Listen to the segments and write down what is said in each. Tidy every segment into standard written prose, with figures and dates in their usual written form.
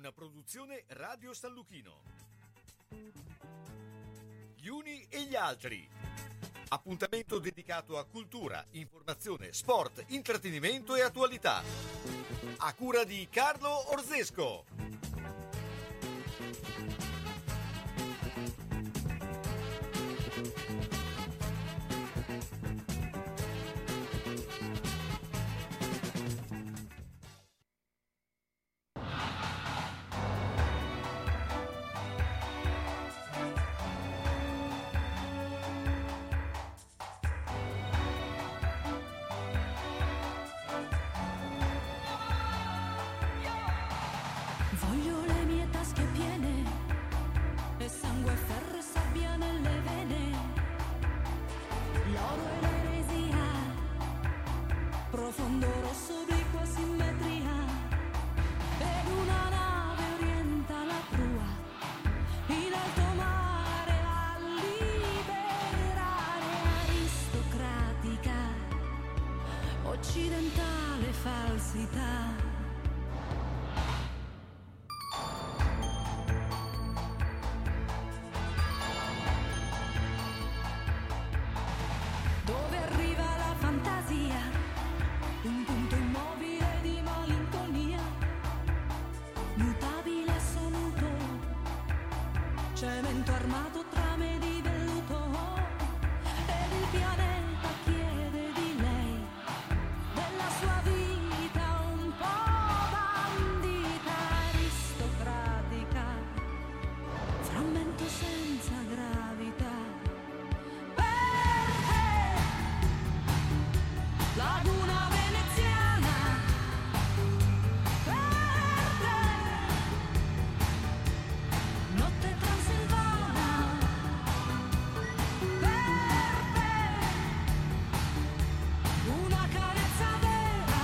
Una produzione Radio San Luchino. Gli uni e gli altri. Appuntamento dedicato a cultura, informazione, sport, intrattenimento e attualità. A cura di Carlo Orzesco. Occidentale falsità. Dove arriva la fantasia, un punto immobile di malinconia, mutabile assoluto, cemento armato trame di velluto, ed il pianeta chiede di lei, della sua vita un po' bandita, aristocratica, frammento senza gravità. Laguna veneziana, verde, notte transilvana, verde, una carezza vera,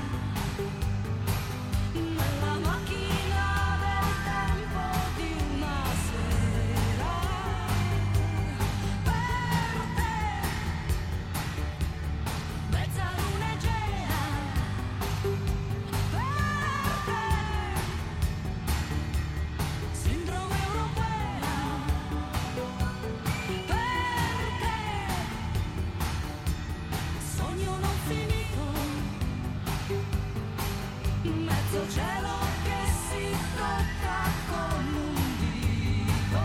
nella macchina del tempo di una sera, verde, mezza luna Egea, verde, sindrome europea, verde, sogno non finito, mezzo cielo che si tocca con un dito.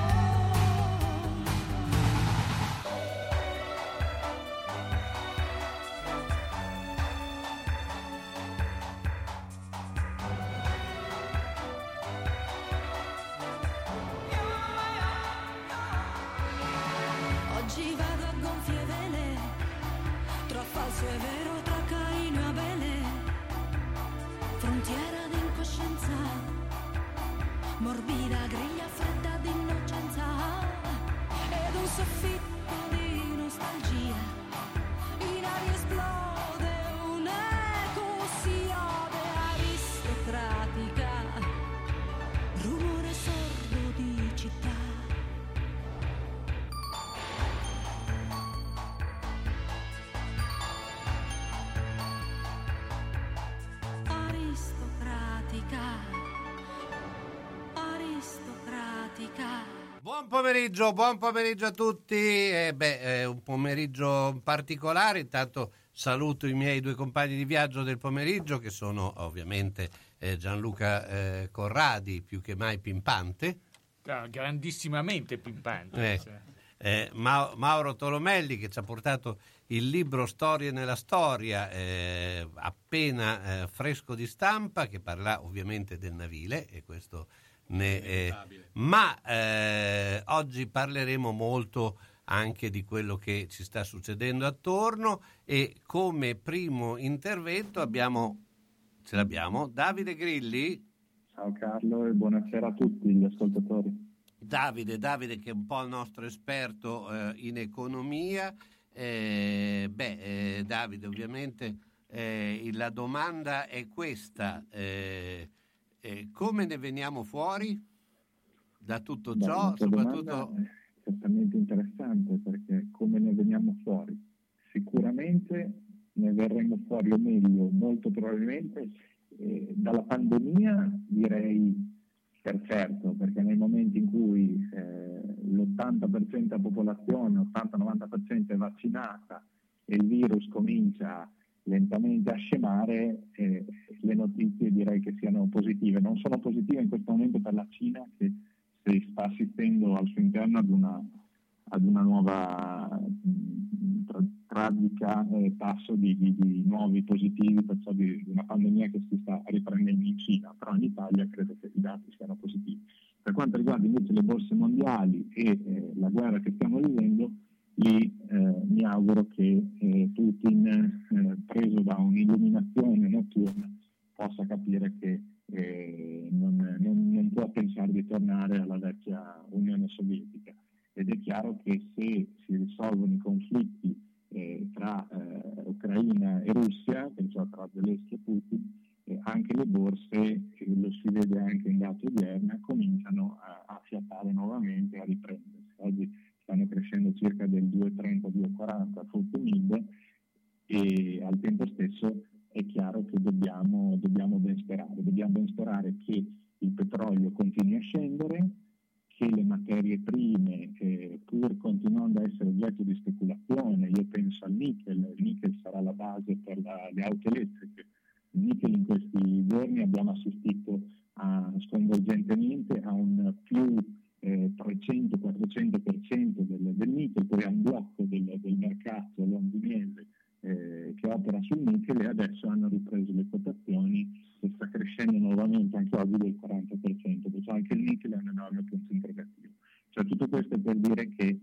Oggi vado a gonfie vele, tra falso e vero, tra Caino e Abele, frontiera d'incoscienza, morbida griglia fredda d'innocenza, ed un soffitto di nostalgia, in aria esplode un'eco siode aristocratica, rumore sordo di città. Aristocratica, aristocratica. Buon pomeriggio a tutti. Un pomeriggio particolare. Intanto saluto i miei due compagni di viaggio del pomeriggio, che sono ovviamente Gianluca Corradi, più che mai pimpante. Grandissimamente pimpante. Mauro Tolomelli, che ci ha portato il libro Storie nella storia, appena fresco di stampa, che parla ovviamente del navile, e questo ma oggi parleremo molto anche di quello che ci sta succedendo attorno, e come primo intervento ce l'abbiamo Davide Grilli. Ciao Carlo e buonasera a tutti gli ascoltatori. Davide che è un po' il nostro esperto in economia. Davide, ovviamente la domanda è questa: come ne veniamo fuori da tutto ciò? Soprattutto è certamente interessante, perché come ne veniamo fuori? Sicuramente ne verremo fuori, o meglio, molto probabilmente dalla pandemia, direi Per certo, perché nel momento in cui l'80% della popolazione, 80-90% è vaccinata e il virus comincia lentamente a scemare, le notizie direi che siano positive. Non sono positive in questo momento per la Cina, che si sta assistendo al suo interno ad una nuova tragica tasso di nuovi positivi, perciò di una pandemia che si sta riprendendo in Cina, però in Italia credo che i dati siano positivi. Per quanto riguarda invece le borse mondiali e la guerra che stiamo vivendo, lì mi auguro che Putin, preso da un'illuminazione notturna, possa capire che non può pensare di tornare alla vecchia Unione Sovietica. Ed è chiaro che se si risolvono i conflitti tra Ucraina e Russia, perciò tra Zelensky e Putin, anche le borse, lo si vede anche in dati odierni, cominciano a fiatare nuovamente, a riprendersi. Oggi stanno crescendo circa del 2,30-2,40 FTSE MIB, e al tempo stesso è chiaro che dobbiamo ben sperare che il petrolio continui a scendere, che le materie prime, pur continuando a essere oggetto di speculazione, io penso al nickel, il nickel sarà la base per le auto elettriche. Il nickel in questi giorni abbiamo assistito sconvolgentemente a un più 300-400% del nickel, poi a un blocco del mercato londinese che opera sul nickel, e adesso hanno ripreso le quotazioni e sta crescendo nuovamente anche oggi del 40%, perciò anche il nickel è un enorme punto interrogativo. Cioè, tutto questo è per dire che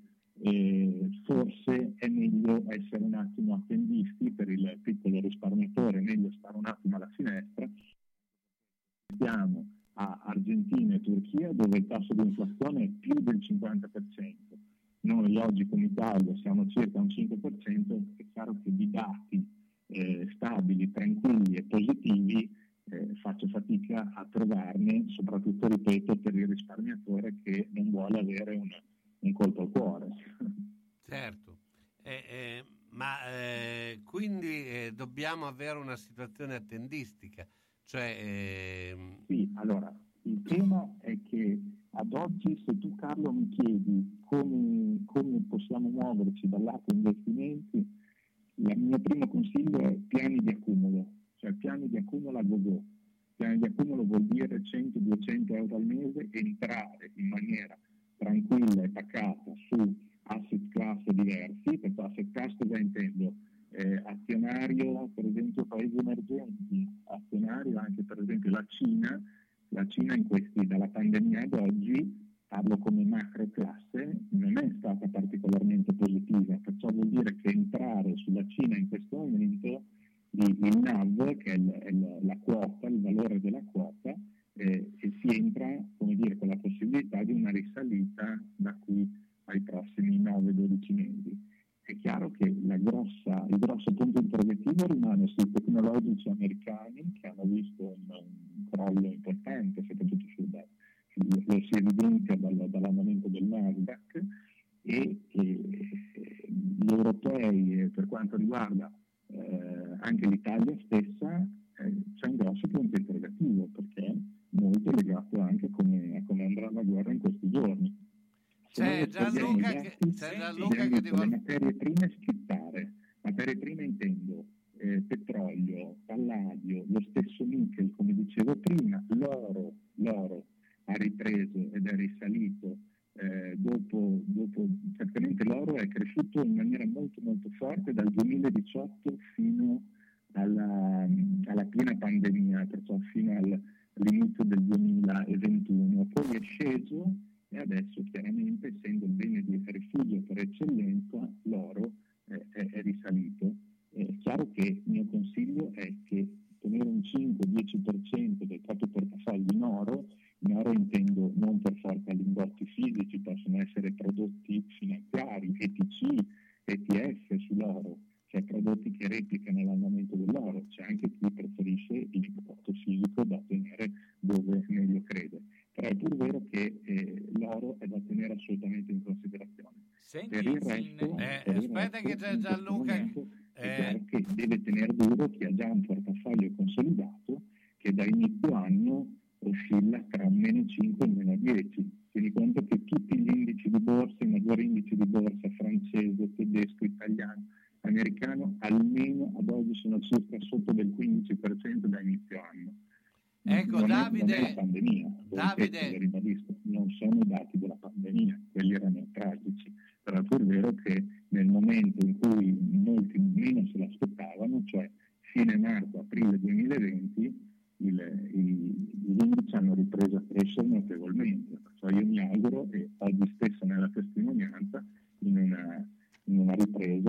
forse è meglio essere un attimo attendisti per il piccolo risparmiatore, è meglio stare un attimo alla finestra. Siamo a Argentina e Turchia, dove il tasso di inflazione è più del 50%. Noi oggi come Italia siamo circa un 5%, è chiaro che di dati stabili, tranquilli e positivi faccio fatica a trovarne, soprattutto, ripeto, per il risparmiatore che non vuole avere un colpo al cuore. Certo, ma quindi dobbiamo avere una situazione attendistica, cioè... Sì, allora, il tema è che ad oggi, se tu, Carlo, mi chiedi come possiamo muoverci dal lato investimenti, il mio primo consiglio è piani di accumulo, cioè piani di accumulo a go-go. Piani di accumulo vuol dire 100-200 euro al mese, entrare in maniera tranquilla e pacata su asset class diversi. Per asset class cosa intendo? Azionario, per esempio, paesi emergenti, azionario anche per esempio la Cina in questi, dalla pandemia ad oggi, parlo come macro classe, non è stata particolarmente positiva, perciò vuol dire che entrare sulla Cina in questo momento, il NAV, che è la quota, il valore della quota, e si entra, come dire, con la possibilità di una risalita da qui ai prossimi 9-12 mesi. È chiaro che il grosso punto interrogativo rimane sui tecnologici americani, che hanno visto un crollo importante, soprattutto lo si evidenzia dall'andamento del Nasdaq, e gli europei, per quanto riguarda anche l'Italia stessa, c'è un grosso punto interrogativo, perché molto legato anche a come andrà la guerra in questi giorni. C'è Gianluca che le materie prime schizzare. Materie prime intendo petrolio, palladio, lo stesso nickel, come dicevo prima, l'oro ha ripreso ed è risalito dopo certamente l'oro è cresciuto in maniera molto molto forte dal 2018 fino alla piena pandemia, perciò fino all'inizio del 2021, poi è sceso e adesso chiaramente, essendo il bene di rifugio per eccellenza, l'oro è risalito. È chiaro che il mio consiglio è che tenere un 5-10% del proprio portafoglio in oro intendo non per forza lingotti fisici, possono essere prodotti finanziari, ETC, ETF sull'oro, cioè prodotti che replicano l'andamento dell'oro. C'è anche chi preferisce il lingotto fisico da tenere dove meglio crede. Però è pur vero che l'oro è da tenere assolutamente in considerazione. Per il resto, aspetta che c'è Gianluca. È chiaro che deve tenere duro chi ha già un portafoglio consolidato che da inizio anno oscilla tra un -5 15% da inizio anno. Ecco, non Davide, è la pandemia, Davide, ribadisco, non sono i dati della pandemia, quelli erano tragici, però è pur vero che nel momento in cui molti meno se l'aspettavano, cioè fine marzo, aprile 2020, gli indici hanno ripreso a crescere notevolmente, perciò io mi auguro, e oggi stesso nella testimonianza, in una ripresa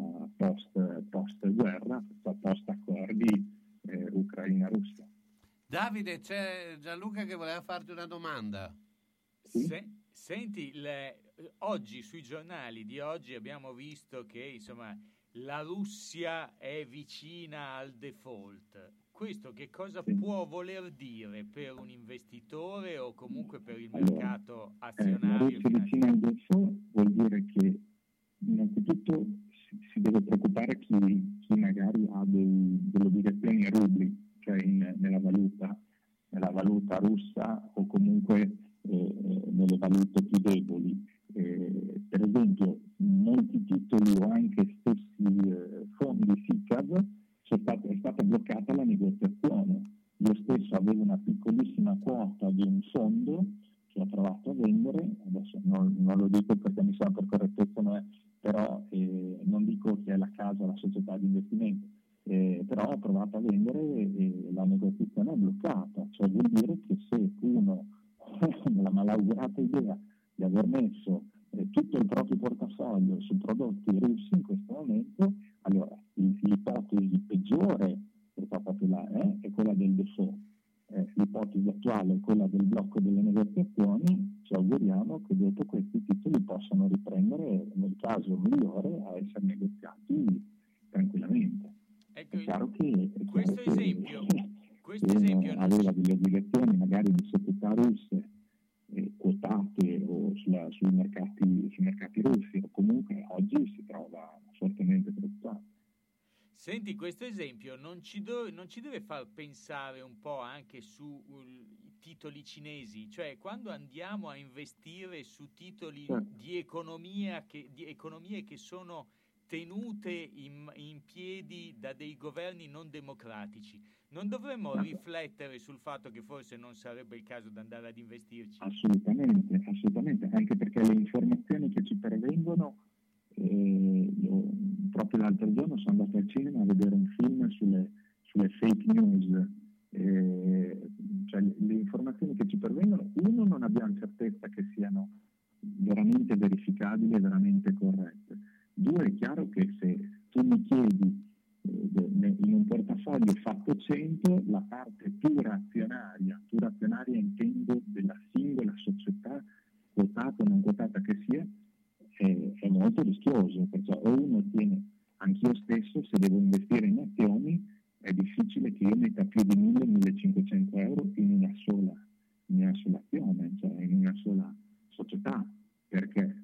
post guerra, post accordi Ucraina-Russia. Davide, c'è Gianluca che voleva farti una domanda. Sì? Senti, oggi sui giornali di oggi abbiamo visto che insomma la Russia è vicina al default. Questo che cosa può voler dire per un investitore o comunque per il mercato azionario? La Russia vicina al default vuol dire che innanzitutto si deve preoccupare chi magari ha delle obbligazioni a rubli, cioè nella valuta russa o comunque nelle valute più deboli. Per esempio, molti titoli o anche stessi fondi SICAV è stata bloccata la negoziazione. Io stesso avevo una piccolissima quota di un fondo che ho provato a vendere, adesso non lo dico perché mi sa per correttezza, però non dico che è la casa, la società di investimento. Però ho provato a vendere e la negoziazione è bloccata, cioè vuol dire che se uno la malaugurata idea di aver messo tutto il proprio portafoglio su prodotti russi in questo momento, allora l'ipotesi peggiore è quella del default, l'ipotesi attuale è quella del blocco delle negoziazioni. Ci auguriamo che dopo questi titoli possano riprendere, nel caso migliore, a essere negoziati tranquillamente. Ecco, è chiaro che questo esempio aveva delle obbligazioni magari di società russe quotate o sui mercati russi, o comunque oggi si trova fortemente preoccupato. Senti, questo esempio non ci deve far pensare un po' anche su titoli cinesi, cioè quando andiamo a investire su titoli di economie che sono tenute in piedi da dei governi non democratici, non dovremmo riflettere sul fatto che forse non sarebbe il caso di andare ad investirci? Assolutamente, anche perché le informazioni che ci pervengono, io proprio l'altro giorno sono andato al cinema a vedere un film sulle fake news, cioè le informazioni che ci pervengono, uno, non abbiamo certezza che siano veramente verificabili e veramente corrette. Due, è chiaro che se tu mi chiedi in un portafoglio fatto 100, la parte pura azionaria intendo della singola società, quotata o non quotata che sia, è molto rischioso, perciò o uno tiene, anch'io stesso, se devo investire in azioni, è difficile che io metta più di 1.000-1.500 euro in una sola azione, cioè in una sola società, perché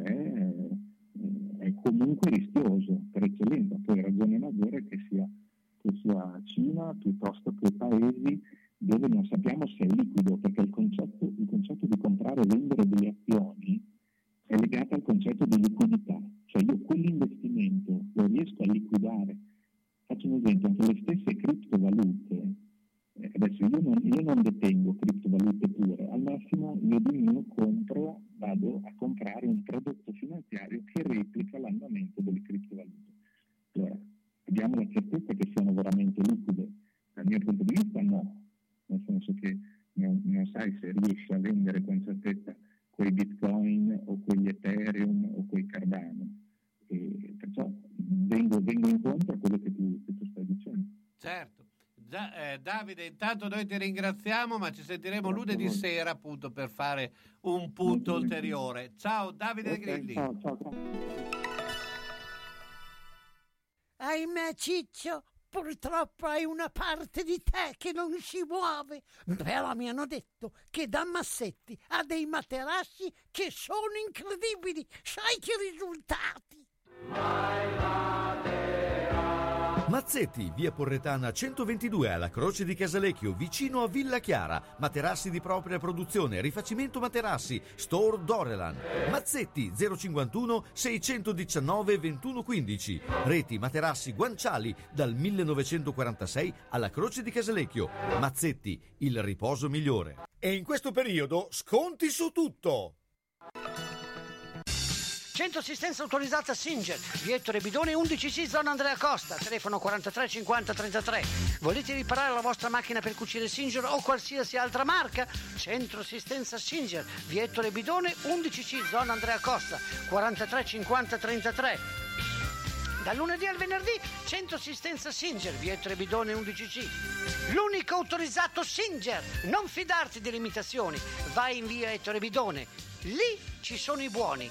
è comunque rischioso per eccellenza. Poi ragione maggiore che sia Cina piuttosto che paesi dove non sappiamo se è liquido, perché il concetto di comprare e vendere delle azioni è legato al concetto di liquidità, cioè io quell'investimento lo riesco a liquidare. Faccio un esempio, anche le stesse criptovalute, adesso io non detengo criptovalute pure, al massimo io di mio vado a comprare un prodotto finanziario che replica l'andamento delle criptovalute. Allora, abbiamo la certezza che siano veramente liquide? Dal mio punto di vista no, nel senso che non sai se riesci a vendere con certezza quei bitcoin o quegli ethereum o quei cardano, e perciò vengo incontro a quello che tu stai dicendo. Certo. Davide, intanto noi ti ringraziamo, ma ci sentiremo lunedì sera appunto per fare un punto ulteriore. Ciao Davide Grilli. Ciao. Ahimè Ciccio, purtroppo hai una parte di te che non si muove, però mi hanno detto che da Massetti ha dei materassi che sono incredibili. Sai che risultati? Mazzetti, via Porretana 122 alla Croce di Casalecchio, vicino a Villa Chiara. Materassi di propria produzione, rifacimento materassi, Store Dorelan. Mazzetti 051 619 2115. Reti materassi guanciali dal 1946 alla Croce di Casalecchio. Mazzetti, il riposo migliore. E in questo periodo sconti su tutto. Centro assistenza autorizzata Singer, via Ettore Bidone 11C, zona Andrea Costa, telefono 43 50 33. Volete riparare la vostra macchina per cucire Singer o qualsiasi altra marca? Centro assistenza Singer, via Ettore Bidone 11C, zona Andrea Costa, 43 50 33. Dal lunedì al venerdì, centro assistenza Singer, via Ettore Bidone 11C. L'unico autorizzato Singer. Non fidarti delle imitazioni. Vai in via Ettore Bidone. Lì ci sono i buoni.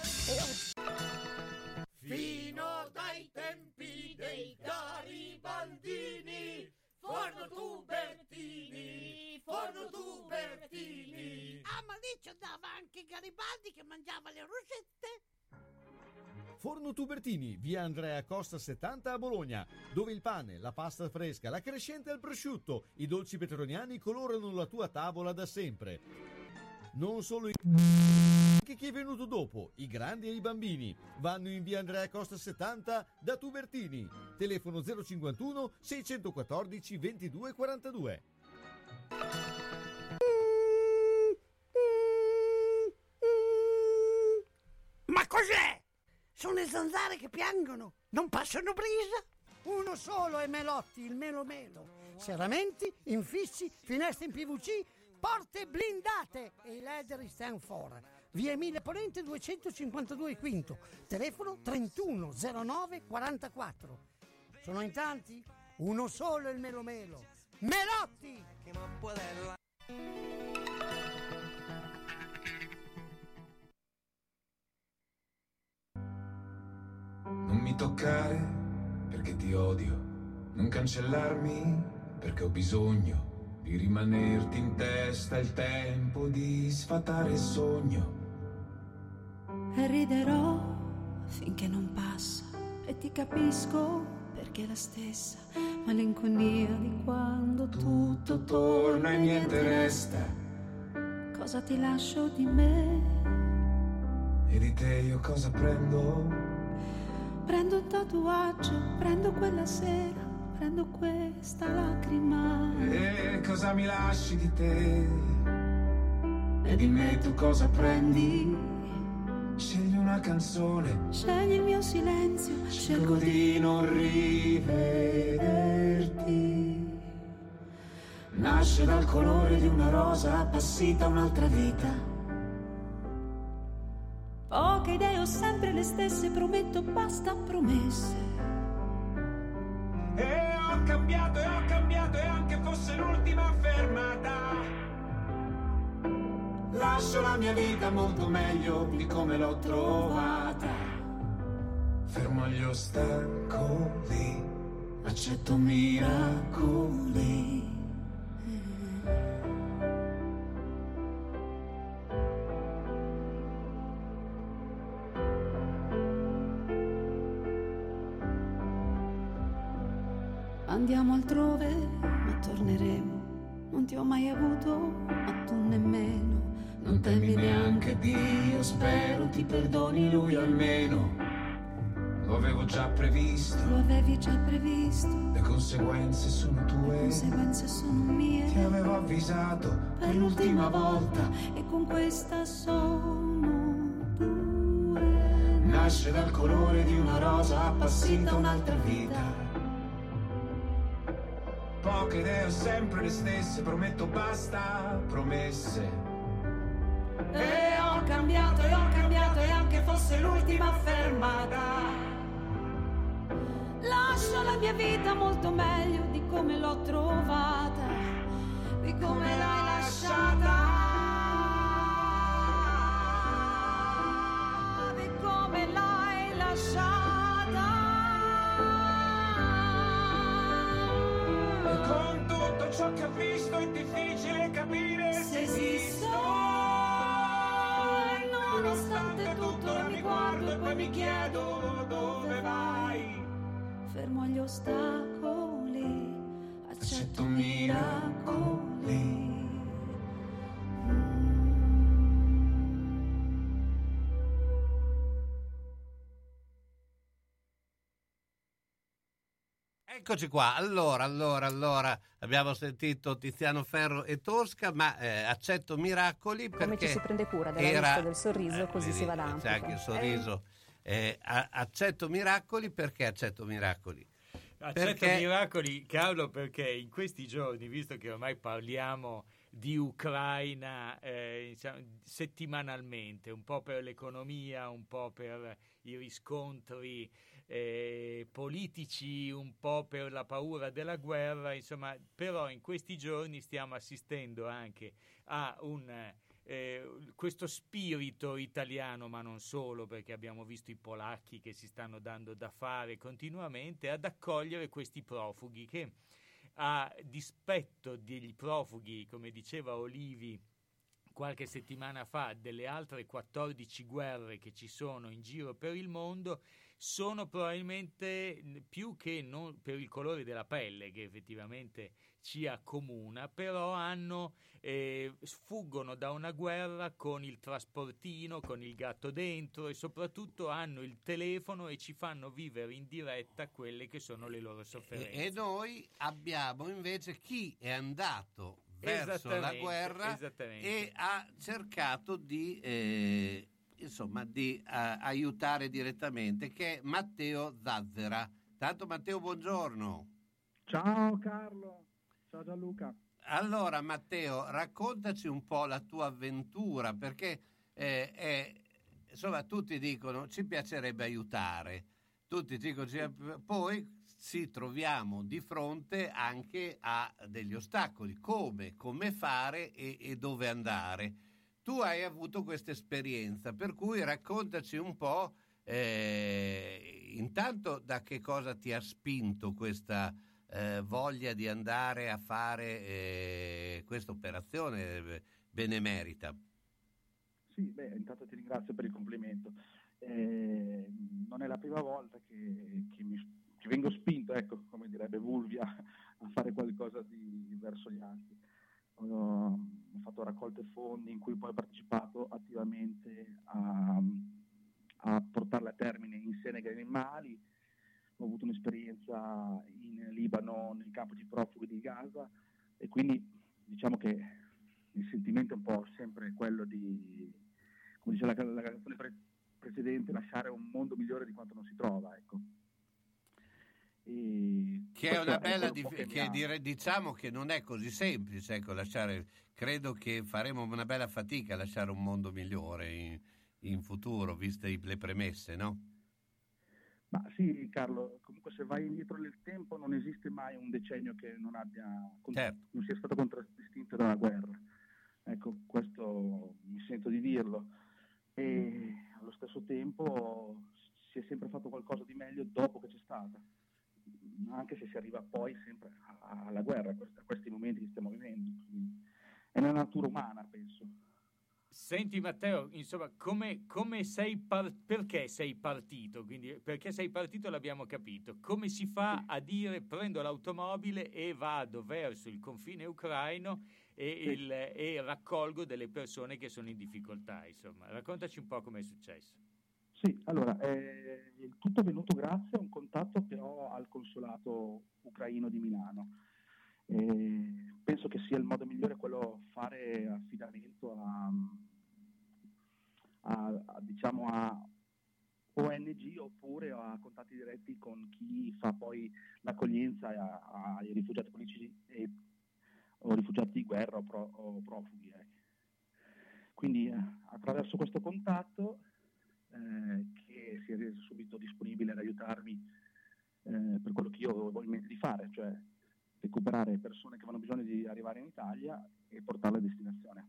Fino dai tempi dei garibaldini, forno Tubertini, forno Tubertini. Ah, ma lì ci andava anche Garibaldi che mangiava le rosette. Forno Tubertini, via Andrea Costa 70 a Bologna, dove il pane, la pasta fresca, la crescente al prosciutto, i dolci petroniani colorano la tua tavola da sempre. Non solo anche chi è venuto dopo, i grandi e i bambini, vanno in via Andrea Costa 70 da Tubertini. Telefono 051 614 22 42. Ma cos'è? Sono le zanzare che piangono, non passano brisa. Uno solo è Melotti, il Melo Melo. Serramenti, infissi, finestre in PVC, porte blindate e i leder stand for. Via Emilia Ponente 252 Quinto, telefono 31 09 44. Sono in tanti? Uno solo è il Melo Melo. Melotti! Non mi toccare perché ti odio, non cancellarmi perché ho bisogno di rimanerti in testa il tempo di sfatare il sogno. E riderò finché non passa e ti capisco perché è la stessa malinconia di quando Tutto torna e niente resta, cosa ti lascio di me? e di te io cosa prendo? Prendo un tatuaggio, prendo quella sera, prendo questa lacrima. E cosa mi lasci di te? E di me tu cosa prendi? Scegli una canzone, Scegli il mio silenzio, scelgo di non rivederti. Nasce dal colore di una rosa appassita un'altra vita. Poche idee, ho sempre le stesse, prometto, basta promesse. E ho cambiato, e anche fosse l'ultima fermata. Lascio la mia vita molto meglio di come l'ho trovata. Fermo agli ostacoli, accetto miracoli. Andiamo altrove, ma torneremo. Non ti ho mai avuto, ma tu nemmeno. Non temi neanche Dio, spero ti perdoni lui almeno. Lo avevo già previsto, Lo avevi già previsto, le conseguenze sono le tue. conseguenze sono mie. Ti avevo avvisato per l'ultima volta. E con questa sono due. Nasce dal colore di una rosa appassita un'altra vita. Poche idee, ho sempre le stesse, prometto basta promesse. E ho cambiato, e anche fosse l'ultima fermata. Lascio la mia vita molto meglio di come l'ho trovata, di come l'hai lasciata, di come l'hai lasciata. E con tutto ciò che ho visto è difficile capire se esisto. Nonostante tutto ora mi guardo e poi mi chiedo dove vai. fermo agli ostacoli. Eccoci qua. Allora, abbiamo sentito Tiziano Ferro e Tosca, ma accetto miracoli perché come ci si prende cura della vista del sorriso, così si va ad c'è anche il sorriso. Accetto miracoli perché accetto miracoli. Accetto miracoli, Carlo, perché in questi giorni, visto che ormai parliamo di Ucraina settimanalmente, un po' per l'economia, un po' per i riscontri politici, un po' per la paura della guerra, insomma, però in questi giorni stiamo assistendo anche a questo spirito italiano, ma non solo, perché abbiamo visto i polacchi che si stanno dando da fare continuamente, ad accogliere questi profughi che, a dispetto degli profughi, come diceva Olivi qualche settimana fa, delle altre 14 guerre che ci sono in giro per il mondo, sono probabilmente più che non per il colore della pelle, che effettivamente ci accomuna, però sfuggono da una guerra con il trasportino, con il gatto dentro, e soprattutto hanno il telefono e ci fanno vivere in diretta quelle che sono le loro sofferenze. E noi abbiamo invece chi è andato verso la guerra e ha cercato di aiutare direttamente, che è Matteo Zazzera. Tanto Matteo, buongiorno. Ciao Carlo. Ciao Gianluca. Allora Matteo, raccontaci un po' la tua avventura, perché tutti dicono ci piacerebbe aiutare, tutti dicono, poi ci troviamo di fronte anche a degli ostacoli, come fare e dove andare. Tu hai avuto questa esperienza, per cui raccontaci un po' intanto da che cosa ti ha spinto questa voglia di andare a fare questa operazione benemerita. Sì, intanto ti ringrazio per il complimento. Non è la prima volta che vengo spinto, ecco, come direbbe Vulvia, a fare qualcosa verso gli altri. Ho fatto raccolte fondi in cui poi ho partecipato attivamente a portarle a termine in Senegal e in Mali. Ho avuto un'esperienza in Libano nel campo di profughi di Gaza, e quindi diciamo che il sentimento è un po' sempre quello di, come dice la canzone precedente, lasciare un mondo migliore di quanto non si trova, ecco. Che è una bella diciamo che non è così semplice, ecco, lasciare. Credo che faremo una bella fatica a lasciare un mondo migliore in futuro, viste le premesse, no? Ma sì, Carlo, comunque se vai indietro nel tempo non esiste mai un decennio che non non sia stato contraddistinto dalla guerra. Ecco, questo mi sento di dirlo. E allo stesso tempo si è sempre fatto qualcosa di meglio dopo che c'è stata, anche se si arriva poi sempre alla guerra, a questi momenti che stiamo vivendo. Quindi è una natura umana, penso. Senti Matteo, insomma, perché sei partito? Quindi, perché sei partito l'abbiamo capito. Come si fa a dire prendo l'automobile e vado verso il confine ucraino e raccolgo delle persone che sono in difficoltà? Insomma, raccontaci un po' come è successo. Sì, allora, il tutto è venuto grazie a un contatto che ho al consolato ucraino di Milano. Penso che sia il modo migliore quello fare affidamento a ONG oppure a contatti diretti con chi fa poi l'accoglienza ai rifugiati politici o rifugiati di guerra o profughi. Quindi attraverso questo contatto che si è reso subito disponibile ad aiutarmi per quello che io ho in mente di fare, cioè recuperare persone che hanno bisogno di arrivare in Italia e portarle a destinazione.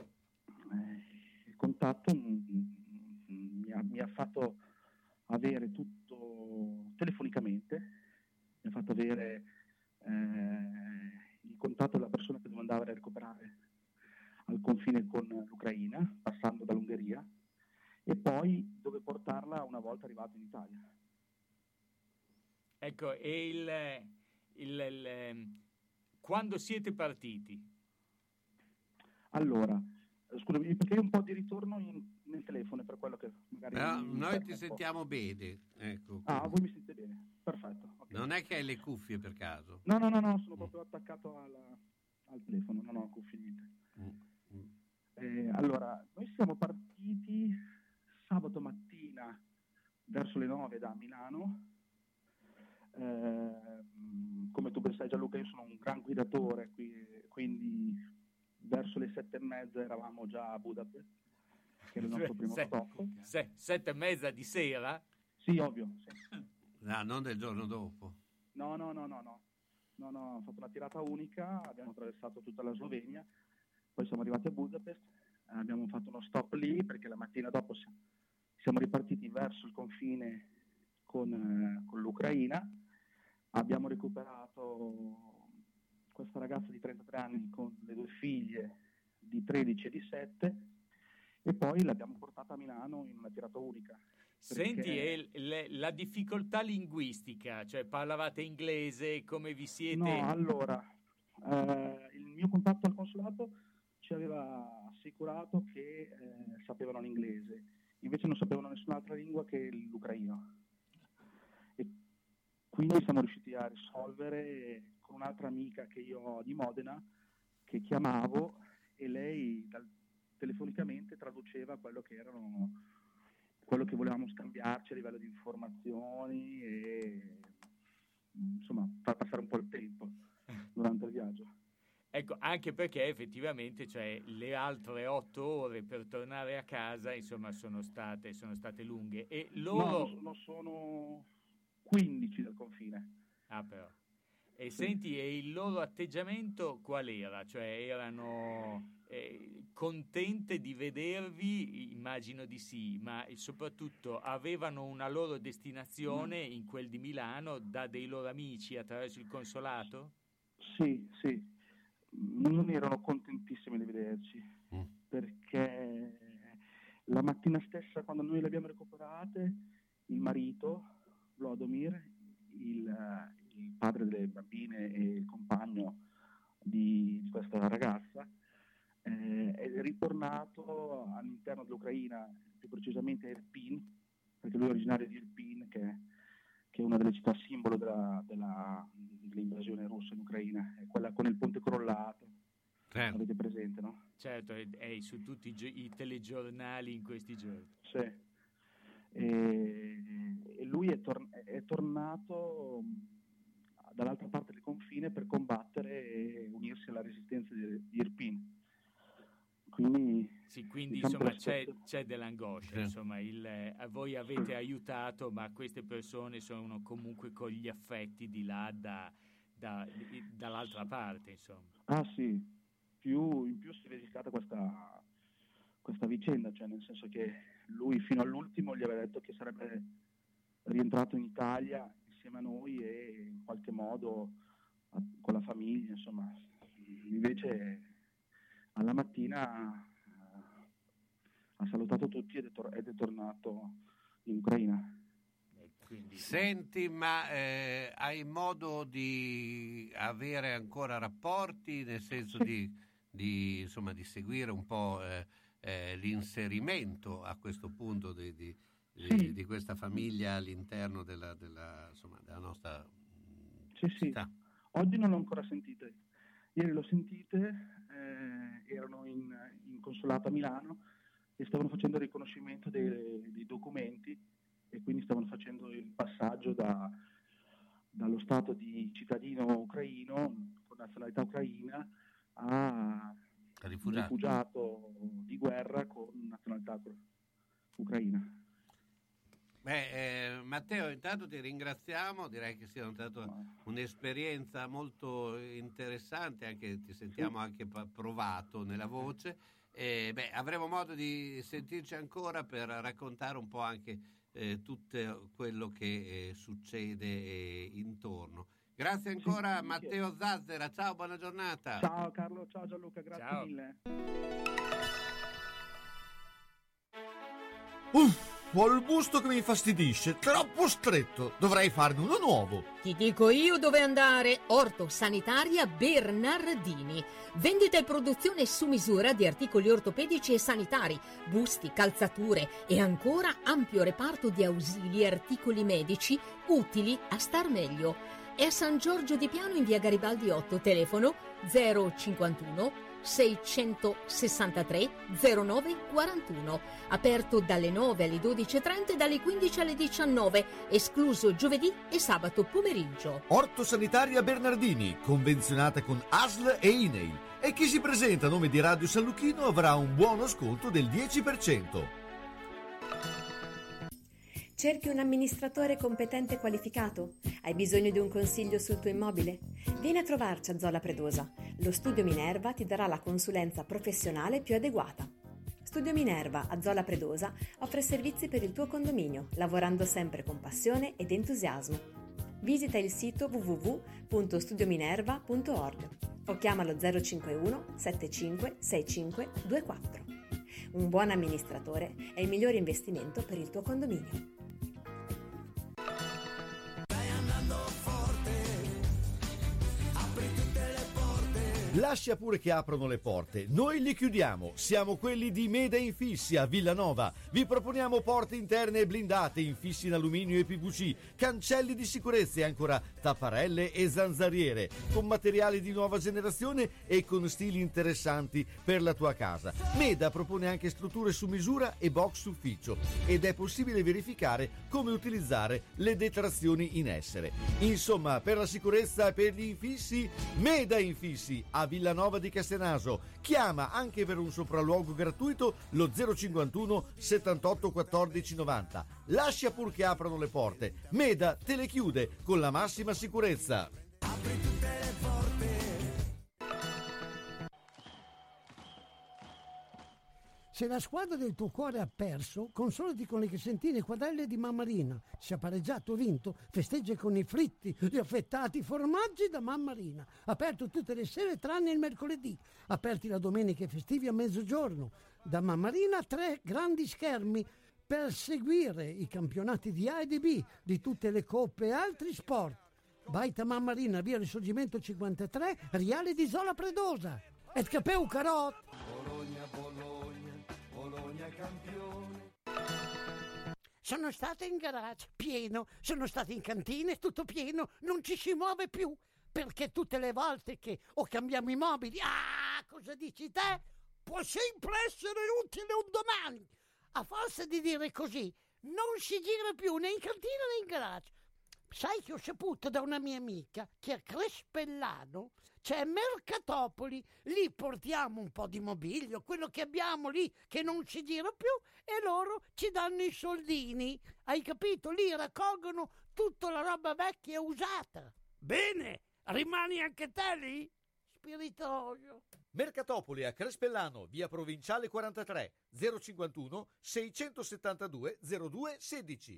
Il contatto mi ha fatto avere tutto telefonicamente, mi ha fatto avere il contatto della persona che devo andare a recuperare al confine con l'Ucraina, passando dall'Ungheria, e poi dove portarla una volta arrivato in Italia. Ecco, e quando siete partiti? Allora, Scusami, perché hai un po' di ritorno nel telefono, per quello che magari... noi ti sentiamo bene. Ecco. Voi mi sentite bene? Perfetto. Okay. Non è che hai le cuffie per caso? No, sono proprio attaccato al telefono, non ho cuffie, niente. Allora, noi siamo partiti sabato mattina verso le 9 da Milano. Come tu ben sai, Gianluca, io sono un gran guidatore, quindi verso le 7:30 eravamo già a Budapest, che era il nostro primo stop. 7:30 di sera? Sì, ovvio. Sì. No, non del giorno dopo. No, ho fatto una tirata unica, abbiamo attraversato tutta la Slovenia, poi siamo arrivati a Budapest, abbiamo fatto uno stop lì perché la mattina dopo siamo ripartiti verso il confine con l'Ucraina. Abbiamo recuperato questa ragazza di 33 anni con le 2 figlie di 13 e di 7 e poi l'abbiamo portata a Milano in una tirata unica. Senti, e la difficoltà linguistica, cioè parlavate inglese, come vi siete? No, allora, il mio contatto al consolato ci aveva assicurato che sapevano l'inglese, invece non sapevano nessun'altra lingua che l'ucraino. E quindi siamo riusciti a risolvere con un'altra amica che io ho di Modena, che chiamavo, e lei telefonicamente traduceva quello che volevamo scambiarci a livello di informazioni e insomma far passare un po' il tempo durante il viaggio. Ecco, anche perché effettivamente, cioè, le altre 8 ore per tornare a casa, insomma, sono state lunghe. E loro... No, sono 15 dal confine. Ah, però. E sì. Senti, e il loro atteggiamento qual era? Cioè, erano contente di vedervi? Immagino di sì, ma soprattutto avevano una loro destinazione in quel di Milano da dei loro amici attraverso il consolato? Sì. Non erano contentissimi di vederci, perché la mattina stessa, quando noi le abbiamo recuperate, il marito, Vladimir, il padre delle bambine e il compagno di questa ragazza, è ritornato all'interno dell'Ucraina, più precisamente a Irpin, perché lui è originario di Irpin, che è una delle città simbolo dell'invasione russa in Ucraina, è quella con il ponte crollato. Certo. Avete presente, no? Certo, è su tutti i telegiornali in questi giorni. Sì. E lui è tornato dall'altra parte del confine per combattere e unirsi alla resistenza di Irpin. Quindi diciamo, insomma c'è dell'angoscia, insomma, voi avete aiutato, ma queste persone sono comunque con gli affetti di là dall'altra parte, insomma. Ah sì, in più si è verificata questa vicenda, cioè nel senso che lui fino all'ultimo gli aveva detto che sarebbe rientrato in Italia insieme a noi e in qualche modo con la famiglia, insomma. Invece alla mattina ha salutato tutti ed è tornato in Ucraina. Senti, ma hai modo di avere ancora rapporti, nel senso di seguire un po' l'inserimento a questo punto di questa famiglia all'interno della nostra città? Oggi non l'ho ancora sentite. Ieri l'ho sentite, erano in consolato a Milano e stavano facendo il riconoscimento dei documenti e quindi stavano facendo il passaggio dallo stato di cittadino ucraino con nazionalità ucraina a rifugiato di guerra con nazionalità ucraina. Matteo, intanto ti ringraziamo, direi che sia stata un'esperienza molto interessante, anche ti sentiamo anche provato nella voce. Avremo modo di sentirci ancora per raccontare un po' anche tutto quello che succede intorno. Grazie ancora Matteo Zazzera, ciao, buona giornata. Ciao Carlo, ciao Gianluca, grazie mille. Ho il busto che mi infastidisce, troppo stretto, dovrei farne uno nuovo. Ti dico io dove andare. Orto Sanitaria Bernardini. Vendita e produzione su misura di articoli ortopedici e sanitari, busti, calzature e ancora ampio reparto di ausili e articoli medici utili a star meglio. È a San Giorgio di Piano in via Garibaldi 8, telefono 051 663 0941, aperto dalle 9 alle 12.30 e dalle 15 alle 19, escluso giovedì e sabato pomeriggio. Orto Sanitaria Bernardini, convenzionata con ASL e INEIL, e chi si presenta a nome di Radio San Luchino avrà un buono sconto del 10%. Cerchi un amministratore competente e qualificato? Hai bisogno di un consiglio sul tuo immobile? Vieni a trovarci a Zola Predosa. Lo Studio Minerva ti darà la consulenza professionale più adeguata. Studio Minerva a Zola Predosa offre servizi per il tuo condominio, lavorando sempre con passione ed entusiasmo. Visita il sito www.studiominerva.org o chiamalo 051 75 65 24. Un buon amministratore è il migliore investimento per il tuo condominio. Lascia pure che aprono le porte, noi li chiudiamo. Siamo quelli di Meda Infissi a Villanova. Vi proponiamo porte interne e blindate, infissi in alluminio e PVC, cancelli di sicurezza e ancora tapparelle e zanzariere, con materiali di nuova generazione e con stili interessanti per la tua casa. Meda propone anche strutture su misura e box ufficio ed è possibile verificare come utilizzare le detrazioni in essere. Insomma, per la sicurezza e per gli infissi, Meda Infissi a Villanova di Castenaso. Chiama anche per un sopralluogo gratuito lo 051 78 14 90. Lascia pur che aprano le porte. Meda te le chiude con la massima sicurezza. Apri tutte le porte. Se la squadra del tuo cuore ha perso, consolati con le crescentine quadrelle di Mammarina. Se ha pareggiato o vinto, festeggia con i fritti, gli affettati formaggi da Mammarina. Aperto tutte le sere tranne il mercoledì. Aperti la domenica e festivi a mezzogiorno. Da Mammarina 3 grandi schermi per seguire i campionati di A e di B, di tutte le coppe e altri sport. Baita Mammarina, via Risorgimento 53, Riale di Zola Predosa. Et capeu carot! Bologna campione. Sono stato in garage, pieno. Sono stato in cantina, tutto pieno. Non ci si muove più. Perché tutte le volte che o cambiamo i mobili, cosa dici te? Può sempre essere utile un domani. A forza di dire così, non si gira più né in cantina né in garage. Sai che ho saputo da una mia amica che a Crespellano c'è Mercatopoli, lì portiamo un po' di mobilio, quello che abbiamo lì che non si gira più, e loro ci danno i soldini. Hai capito? Lì raccolgono tutta la roba vecchia e usata. Bene, rimani anche te lì? Spiritoso. Mercatopoli a Crespellano, via Provinciale 43, 051 672 02 16.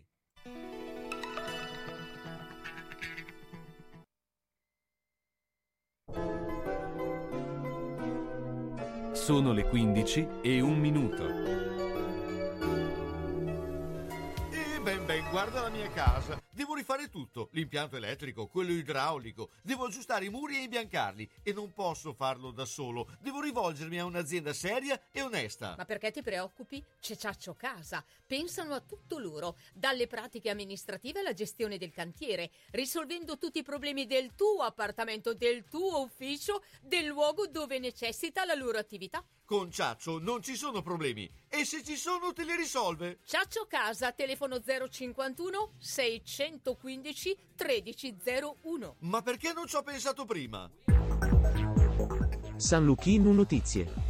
Sono le 15:01. Ben, guarda la mia casa. Devo rifare tutto, l'impianto elettrico, quello idraulico. Devo aggiustare i muri e imbiancarli e non posso farlo da solo. Devo rivolgermi a un'azienda seria e onesta. Ma perché ti preoccupi? C'è Ciaccio Casa. Pensano a tutto loro, dalle pratiche amministrative alla gestione del cantiere, risolvendo tutti i problemi del tuo appartamento, del tuo ufficio, del luogo dove necessita la loro attività. Con Ciaccio non ci sono problemi e se ci sono te li risolve. Ciaccio Casa, telefono 051 615 1301. Ma perché non ci ho pensato prima? San Luchino Notizie.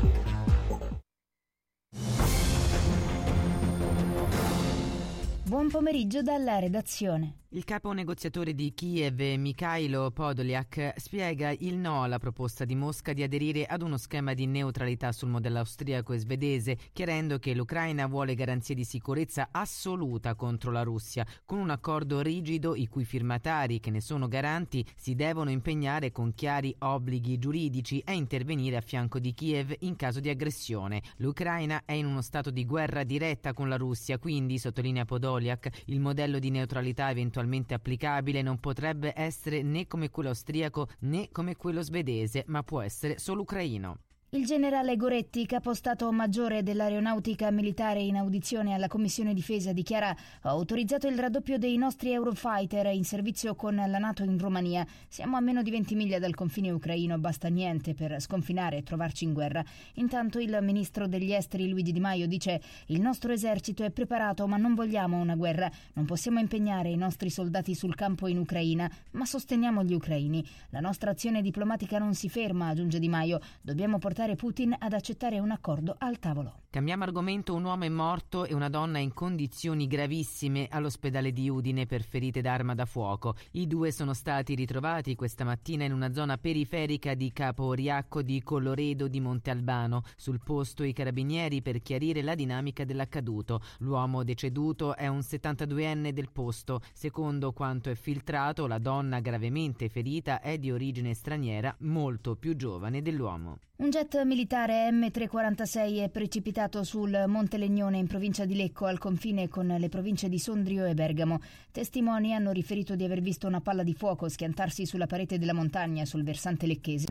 Buon pomeriggio dalla redazione. Il capo negoziatore di Kiev, Mikhailo Podolyak, spiega il no alla proposta di Mosca di aderire ad uno schema di neutralità sul modello austriaco e svedese, chiarendo che l'Ucraina vuole garanzie di sicurezza assoluta contro la Russia, con un accordo rigido i cui firmatari, che ne sono garanti, si devono impegnare con chiari obblighi giuridici a intervenire a fianco di Kiev in caso di aggressione. L'Ucraina è in uno stato di guerra diretta con la Russia, quindi, sottolinea Podolyak, il modello di neutralità eventualmente applicabile non potrebbe essere né come quello austriaco né come quello svedese, ma può essere solo ucraino. Il generale Goretti, capostato maggiore dell'aeronautica militare, in audizione alla Commissione Difesa dichiara: ho autorizzato il raddoppio dei nostri Eurofighter in servizio con la NATO in Romania. Siamo a meno di 20 miglia dal confine ucraino, basta niente per sconfinare e trovarci in guerra. Intanto il ministro degli esteri Luigi Di Maio dice: il nostro esercito è preparato, ma non vogliamo una guerra. Non possiamo impegnare i nostri soldati sul campo in Ucraina, ma sosteniamo gli ucraini. La nostra azione diplomatica non si ferma, aggiunge Di Maio. Dobbiamo portare Putin ad accettare un accordo al tavolo. Cambiamo argomento. Un uomo è morto e una donna in condizioni gravissime all'ospedale di Udine per ferite d'arma da fuoco. I due sono stati ritrovati questa mattina in una zona periferica di Capo Oriacco di Colloredo di Monte Albano. Sul posto i carabinieri per chiarire la dinamica dell'accaduto. L'uomo deceduto è un 72enne del posto. Secondo quanto è filtrato, la donna gravemente ferita è di origine straniera, molto più giovane dell'uomo. Un jet militare M346 è precipitato sul Monte Legnone in provincia di Lecco, al confine con le province di Sondrio e Bergamo. Testimoni hanno riferito di aver visto una palla di fuoco schiantarsi sulla parete della montagna sul versante lecchese.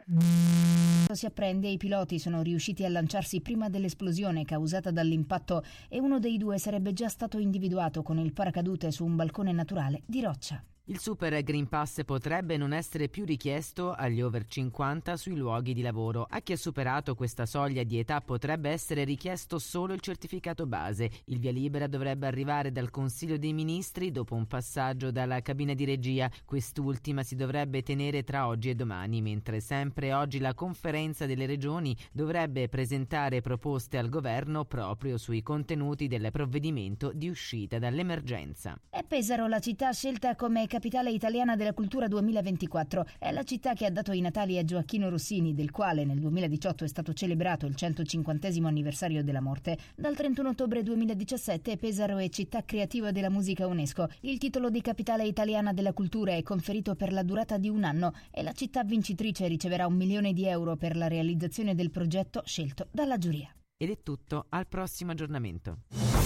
Si apprende i piloti sono riusciti a lanciarsi prima dell'esplosione causata dall'impatto e uno dei due sarebbe già stato individuato con il paracadute su un balcone naturale di roccia. Il Super Green Pass potrebbe non essere più richiesto agli over 50 sui luoghi di lavoro. A chi ha superato questa soglia di età potrebbe essere richiesto solo il certificato base. Il via libera dovrebbe arrivare dal Consiglio dei Ministri dopo un passaggio dalla cabina di regia. Quest'ultima si dovrebbe tenere tra oggi e domani, mentre sempre oggi la Conferenza delle Regioni dovrebbe presentare proposte al governo proprio sui contenuti del provvedimento di uscita dall'emergenza. È Pesaro la città scelta come capitale italiana della cultura 2024. È la città che ha dato i natali a Gioacchino Rossini, del quale nel 2018 è stato celebrato il 150° anniversario della morte. Dal 31 ottobre 2017 Pesaro è città creativa della musica UNESCO. Il titolo di capitale italiana della cultura è conferito per la durata di un anno e la città vincitrice riceverà €1 milione per la realizzazione del progetto scelto dalla giuria. Ed è tutto, al prossimo aggiornamento.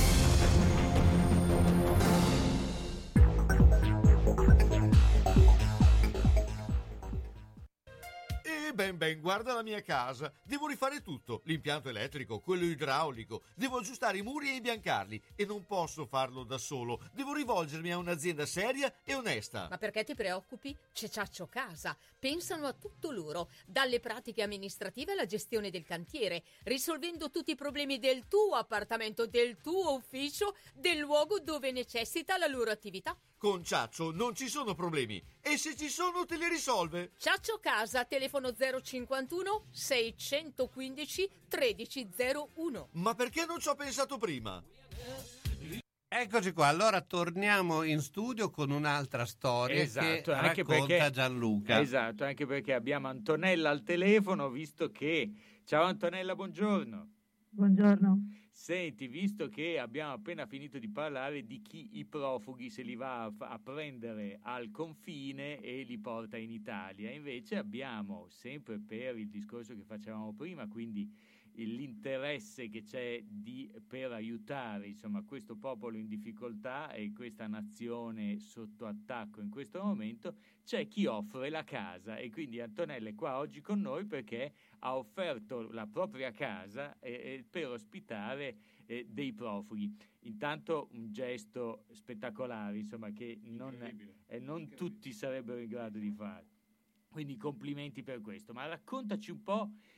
Ben, guarda la mia casa. Devo rifare tutto, l'impianto elettrico, quello idraulico. Devo aggiustare i muri e imbiancarli e non posso farlo da solo. Devo rivolgermi a un'azienda seria e onesta. Ma perché ti preoccupi? C'è Ciaccio Casa. Pensano a tutto loro, dalle pratiche amministrative alla gestione del cantiere, risolvendo tutti i problemi del tuo appartamento, del tuo ufficio, del luogo dove necessita la loro attività. Con Ciaccio non ci sono problemi e se ci sono te li risolve. Ciaccio Casa, telefono 051 615 1301. Ma perché non ci ho pensato prima? Eccoci qua, allora torniamo in studio con un'altra storia che anche racconta perché, Gianluca. Esatto, anche perché abbiamo Antonella al telefono, visto che... Ciao Antonella, buongiorno. Buongiorno. Senti, visto che abbiamo appena finito di parlare di chi i profughi se li va a prendere al confine e li porta in Italia, invece abbiamo, sempre per il discorso che facevamo prima, quindi l'interesse che c'è per aiutare insomma questo popolo in difficoltà e questa nazione sotto attacco in questo momento, c'è chi offre la casa e quindi Antonella è qua oggi con noi perché ha offerto la propria casa per ospitare dei profughi. Intanto un gesto spettacolare, insomma, che non tutti sarebbero in grado di fare. Quindi complimenti per questo. Ma raccontaci un po'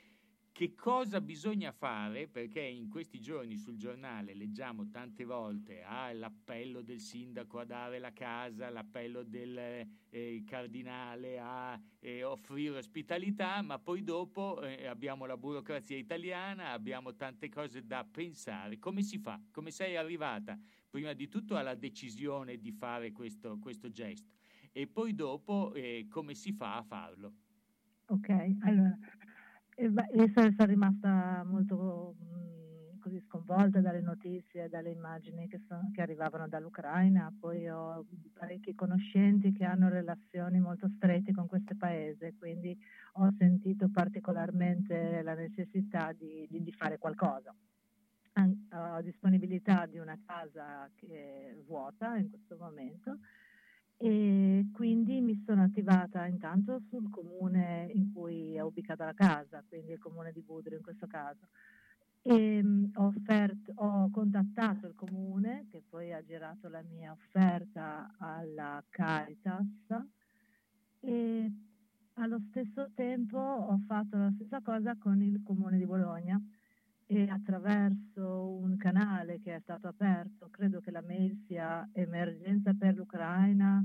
che cosa bisogna fare, perché in questi giorni sul giornale leggiamo tante volte l'appello del sindaco a dare la casa, l'appello del cardinale a offrire ospitalità, ma poi dopo abbiamo la burocrazia italiana, abbiamo tante cose da pensare. Come si fa? Come sei arrivata prima di tutto alla decisione di fare questo gesto e poi dopo come si fa a farlo? Ok, allora io sono rimasta molto così sconvolta dalle notizie, dalle immagini che arrivavano dall'Ucraina. Poi ho parecchi conoscenti che hanno relazioni molto strette con questo paese, quindi ho sentito particolarmente la necessità di fare qualcosa. Ho disponibilità di una casa che è vuota in questo momento e quindi mi sono attivata intanto sul comune in cui è ubicata la casa, quindi il comune di Budrio in questo caso, e ho contattato il comune che poi ha girato la mia offerta alla Caritas e allo stesso tempo ho fatto la stessa cosa con il comune di Bologna e attraverso un canale che è stato aperto, credo che la mail sia emergenza per l'Ucraina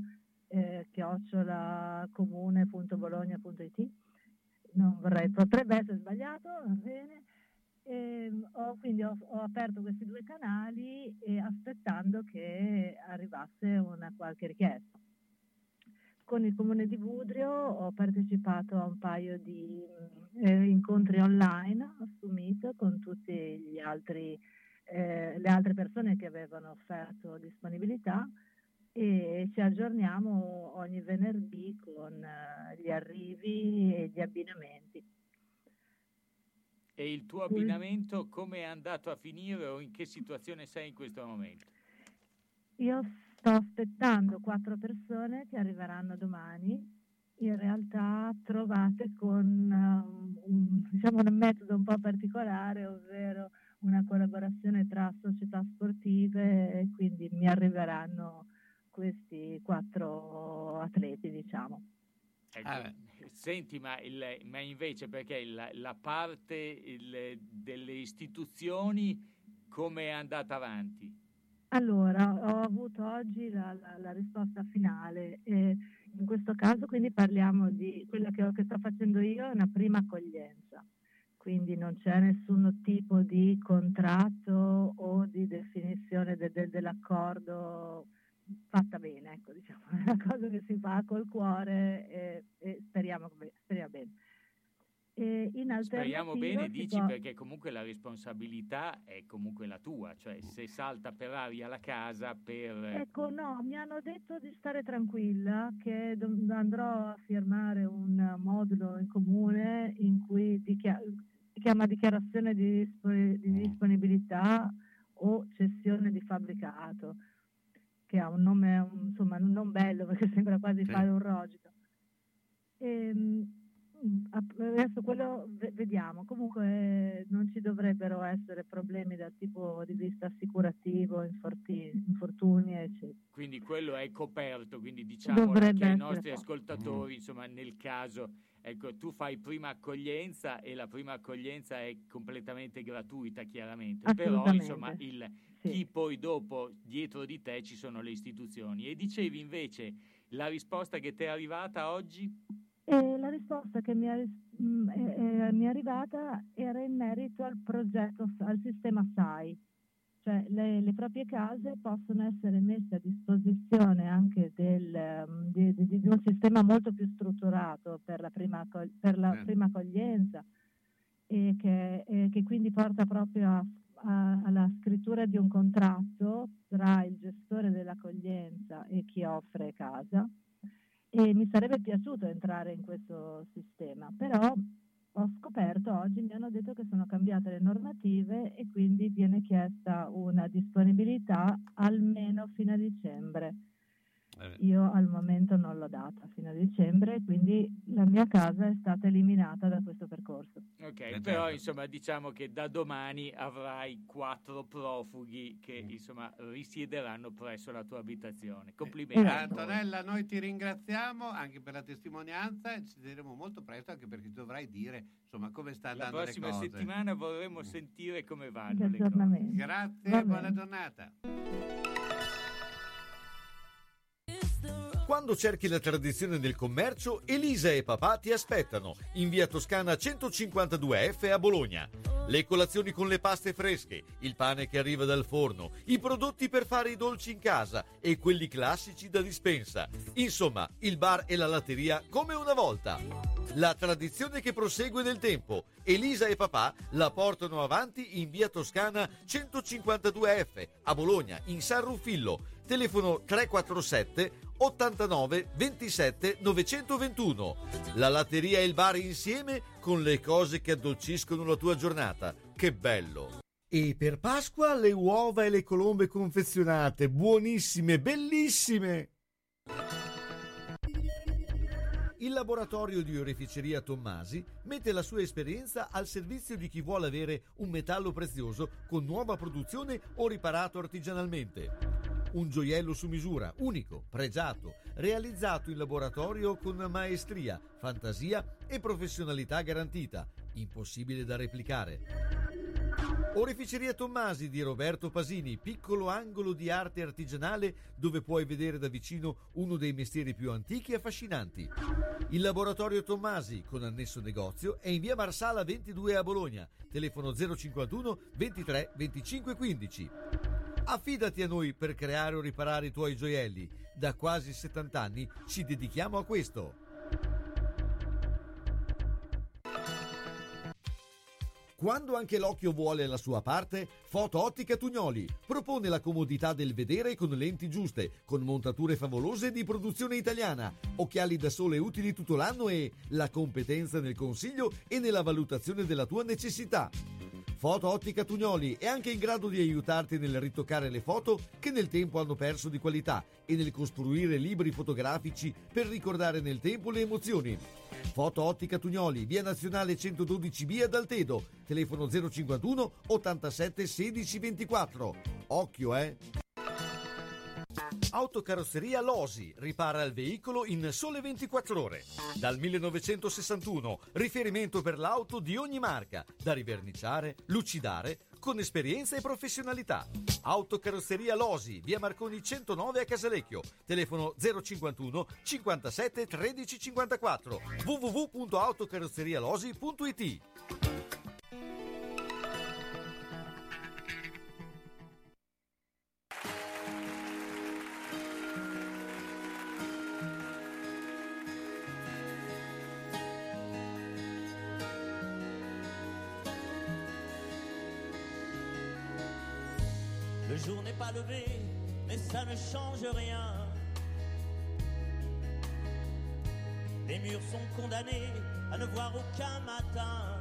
@comune.bologna.it, non vorrei, potrebbe essere sbagliato, va bene. Quindi ho aperto questi due canali e aspettando che arrivasse una qualche richiesta. Con il comune di Budrio ho partecipato a un paio di incontri online su Meet con tutti gli altri, le altre persone che avevano offerto disponibilità e ci aggiorniamo ogni venerdì con gli arrivi e gli abbinamenti. E il tuo abbinamento come è andato a finire o in che situazione sei in questo momento? Io sto aspettando 4 persone che arriveranno domani, in realtà trovate con un metodo un po' particolare, ovvero una collaborazione tra società sportive e quindi mi arriveranno questi 4 atleti, diciamo. Ecco, senti, ma invece perché la parte delle istituzioni come è andata avanti? Allora, ho avuto oggi la risposta finale e in questo caso quindi parliamo di quella che sto facendo io, è una prima accoglienza, quindi non c'è nessun tipo di contratto o di definizione dell'accordo fatta bene, ecco, diciamo, è una cosa che si fa col cuore e speriamo bene. E speriamo bene, dici, perché comunque la responsabilità è comunque la tua, cioè se salta per aria la casa Ecco, no, mi hanno detto di stare tranquilla, che andrò a firmare un modulo in comune in cui si chiama dichiarazione di disponibilità o cessione di fabbricato, che ha un nome, insomma, non bello perché sembra quasi fare un rogito. Adesso quello vediamo, comunque non ci dovrebbero essere problemi dal tipo di vista assicurativo, infortuni eccetera. Quindi quello è coperto, quindi diciamo che ai nostri ascoltatori, insomma, nel caso, ecco, tu fai prima accoglienza e la prima accoglienza è completamente gratuita, chiaramente, però insomma chi poi dopo dietro di te ci sono le istituzioni. E dicevi invece la risposta che ti è arrivata oggi? La risposta che mi è arrivata era in merito al progetto, al sistema SAI, cioè le proprie case possono essere messe a disposizione anche di un sistema molto più strutturato per la prima accoglienza e che quindi porta proprio alla scrittura di un contratto tra il gestore dell'accoglienza e chi offre casa. E mi sarebbe piaciuto entrare in questo sistema, però ho scoperto oggi, mi hanno detto che sono cambiate le normative e quindi viene chiesta una disponibilità almeno fino a dicembre. Io al momento non l'ho data fino a dicembre, quindi la mia casa è stata eliminata da questo percorso. Ok, però insomma diciamo che da domani avrai 4 profughi che insomma risiederanno presso la tua abitazione. Complimenti. Antonella, noi ti ringraziamo anche per la testimonianza e ci vedremo molto presto, anche perché dovrai dire insomma come sta andando le cose. La prossima settimana vorremmo sentire come vanno le cose. Grazie, buona giornata. Quando cerchi la tradizione del commercio, Elisa e papà ti aspettano in via Toscana 152F a Bologna. Le colazioni con le paste fresche, il pane che arriva dal forno, i prodotti per fare i dolci in casa e quelli classici da dispensa. Insomma, il bar e la latteria come una volta. La tradizione che prosegue nel tempo. Elisa e papà la portano avanti in via Toscana 152F a Bologna, in San Ruffillo. Telefono 347 89 27 921. La latteria e il bar insieme con le cose che addolciscono la tua giornata. Che bello! E per Pasqua le uova e le colombe confezionate, buonissime, bellissime! Il laboratorio di oreficeria Tommasi mette la sua esperienza al servizio di chi vuole avere un metallo prezioso con nuova produzione o riparato artigianalmente. Un gioiello su misura, unico, pregiato, realizzato in laboratorio con maestria, fantasia e professionalità garantita, impossibile da replicare. Oreficeria Tommasi di Roberto Pasini, piccolo angolo di arte artigianale dove puoi vedere da vicino uno dei mestieri più antichi e affascinanti. Il laboratorio Tommasi, con annesso negozio, è in via Marsala 22 a Bologna, telefono 051 23 25 15. Affidati a noi per creare o riparare i tuoi gioielli. Da quasi 70 anni ci dedichiamo a questo. Quando anche l'occhio vuole la sua parte, Foto Ottica Tugnoli propone la comodità del vedere con lenti giuste, con montature favolose di produzione italiana, occhiali da sole utili tutto l'anno e la competenza nel consiglio e nella valutazione della tua necessità. Foto Ottica Tugnoli è anche in grado di aiutarti nel ritoccare le foto che nel tempo hanno perso di qualità e nel costruire libri fotografici per ricordare nel tempo le emozioni. Foto Ottica Tugnoli, via Nazionale 112B ad Altedo, telefono 051 87 16 24. Occhio, Autocarrozzeria Losi ripara il veicolo in sole 24 ore. Dal 1961, riferimento per l'auto di ogni marca, da riverniciare, lucidare, con esperienza e professionalità. Autocarrozzeria Losi, via Marconi 109 a Casalecchio, telefono 051 57 13 54, www.autocarrozzerialosi.it. Le jour n'est pas levé, mais ça ne change rien. Les murs sont condamnés à ne voir aucun matin.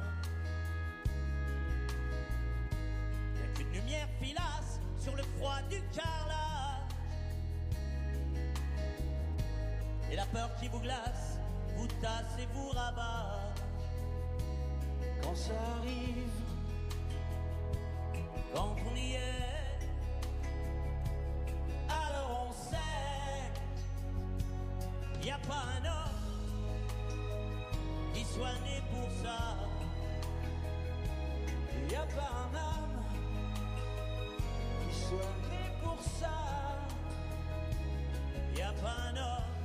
Il n'y a qu'une lumière filasse sur le froid du carrelage. Et la peur qui vous glace, vous tasse et vous rabat. Quand ça arrive, quand on y est, alors on sait, y a pas un homme qui soit né pour ça. Y a pas un homme qui soit né pour ça. Y a pas un homme,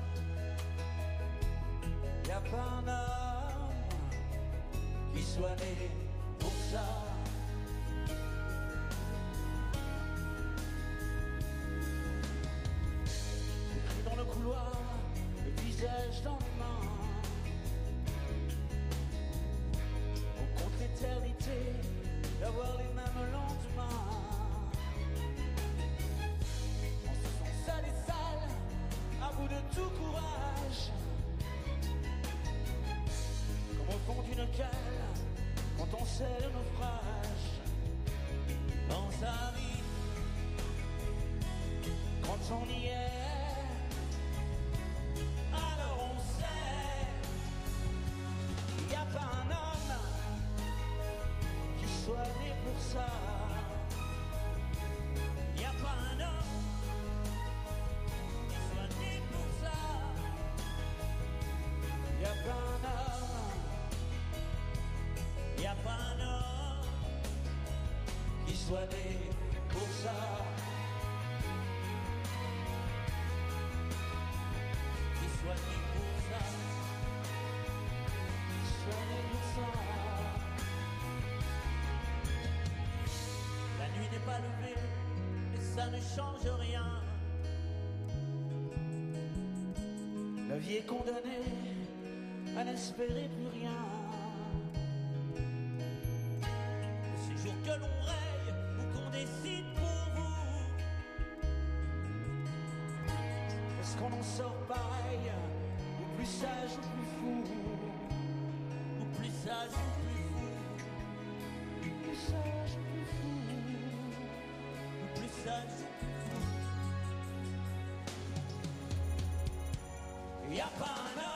y a pas un homme qui soit né pour ça. Dans le couloir, le visage dans les mains, on compte l'éternité d'avoir les mêmes lendemains. On se sent seul et sale, à bout de tout courage, comme au fond d'une cale, quand on sait le naufrage. Quand ça arrive, quand on y est, sois né pour ça. Qui soit né pour ça. Qui soit né pour ça. La nuit n'est pas levée et ça ne change rien. La vie est condamnée à n'espérer plus rien. Ces jours que l'on raye ou qu'on décide pour vous, est-ce qu'on en sort pareil, ou plus sage ou plus fou, ou plus sage ou plus fou, ou plus sage ou plus fou, ou plus sage ou plus fou. Y a pas un homme.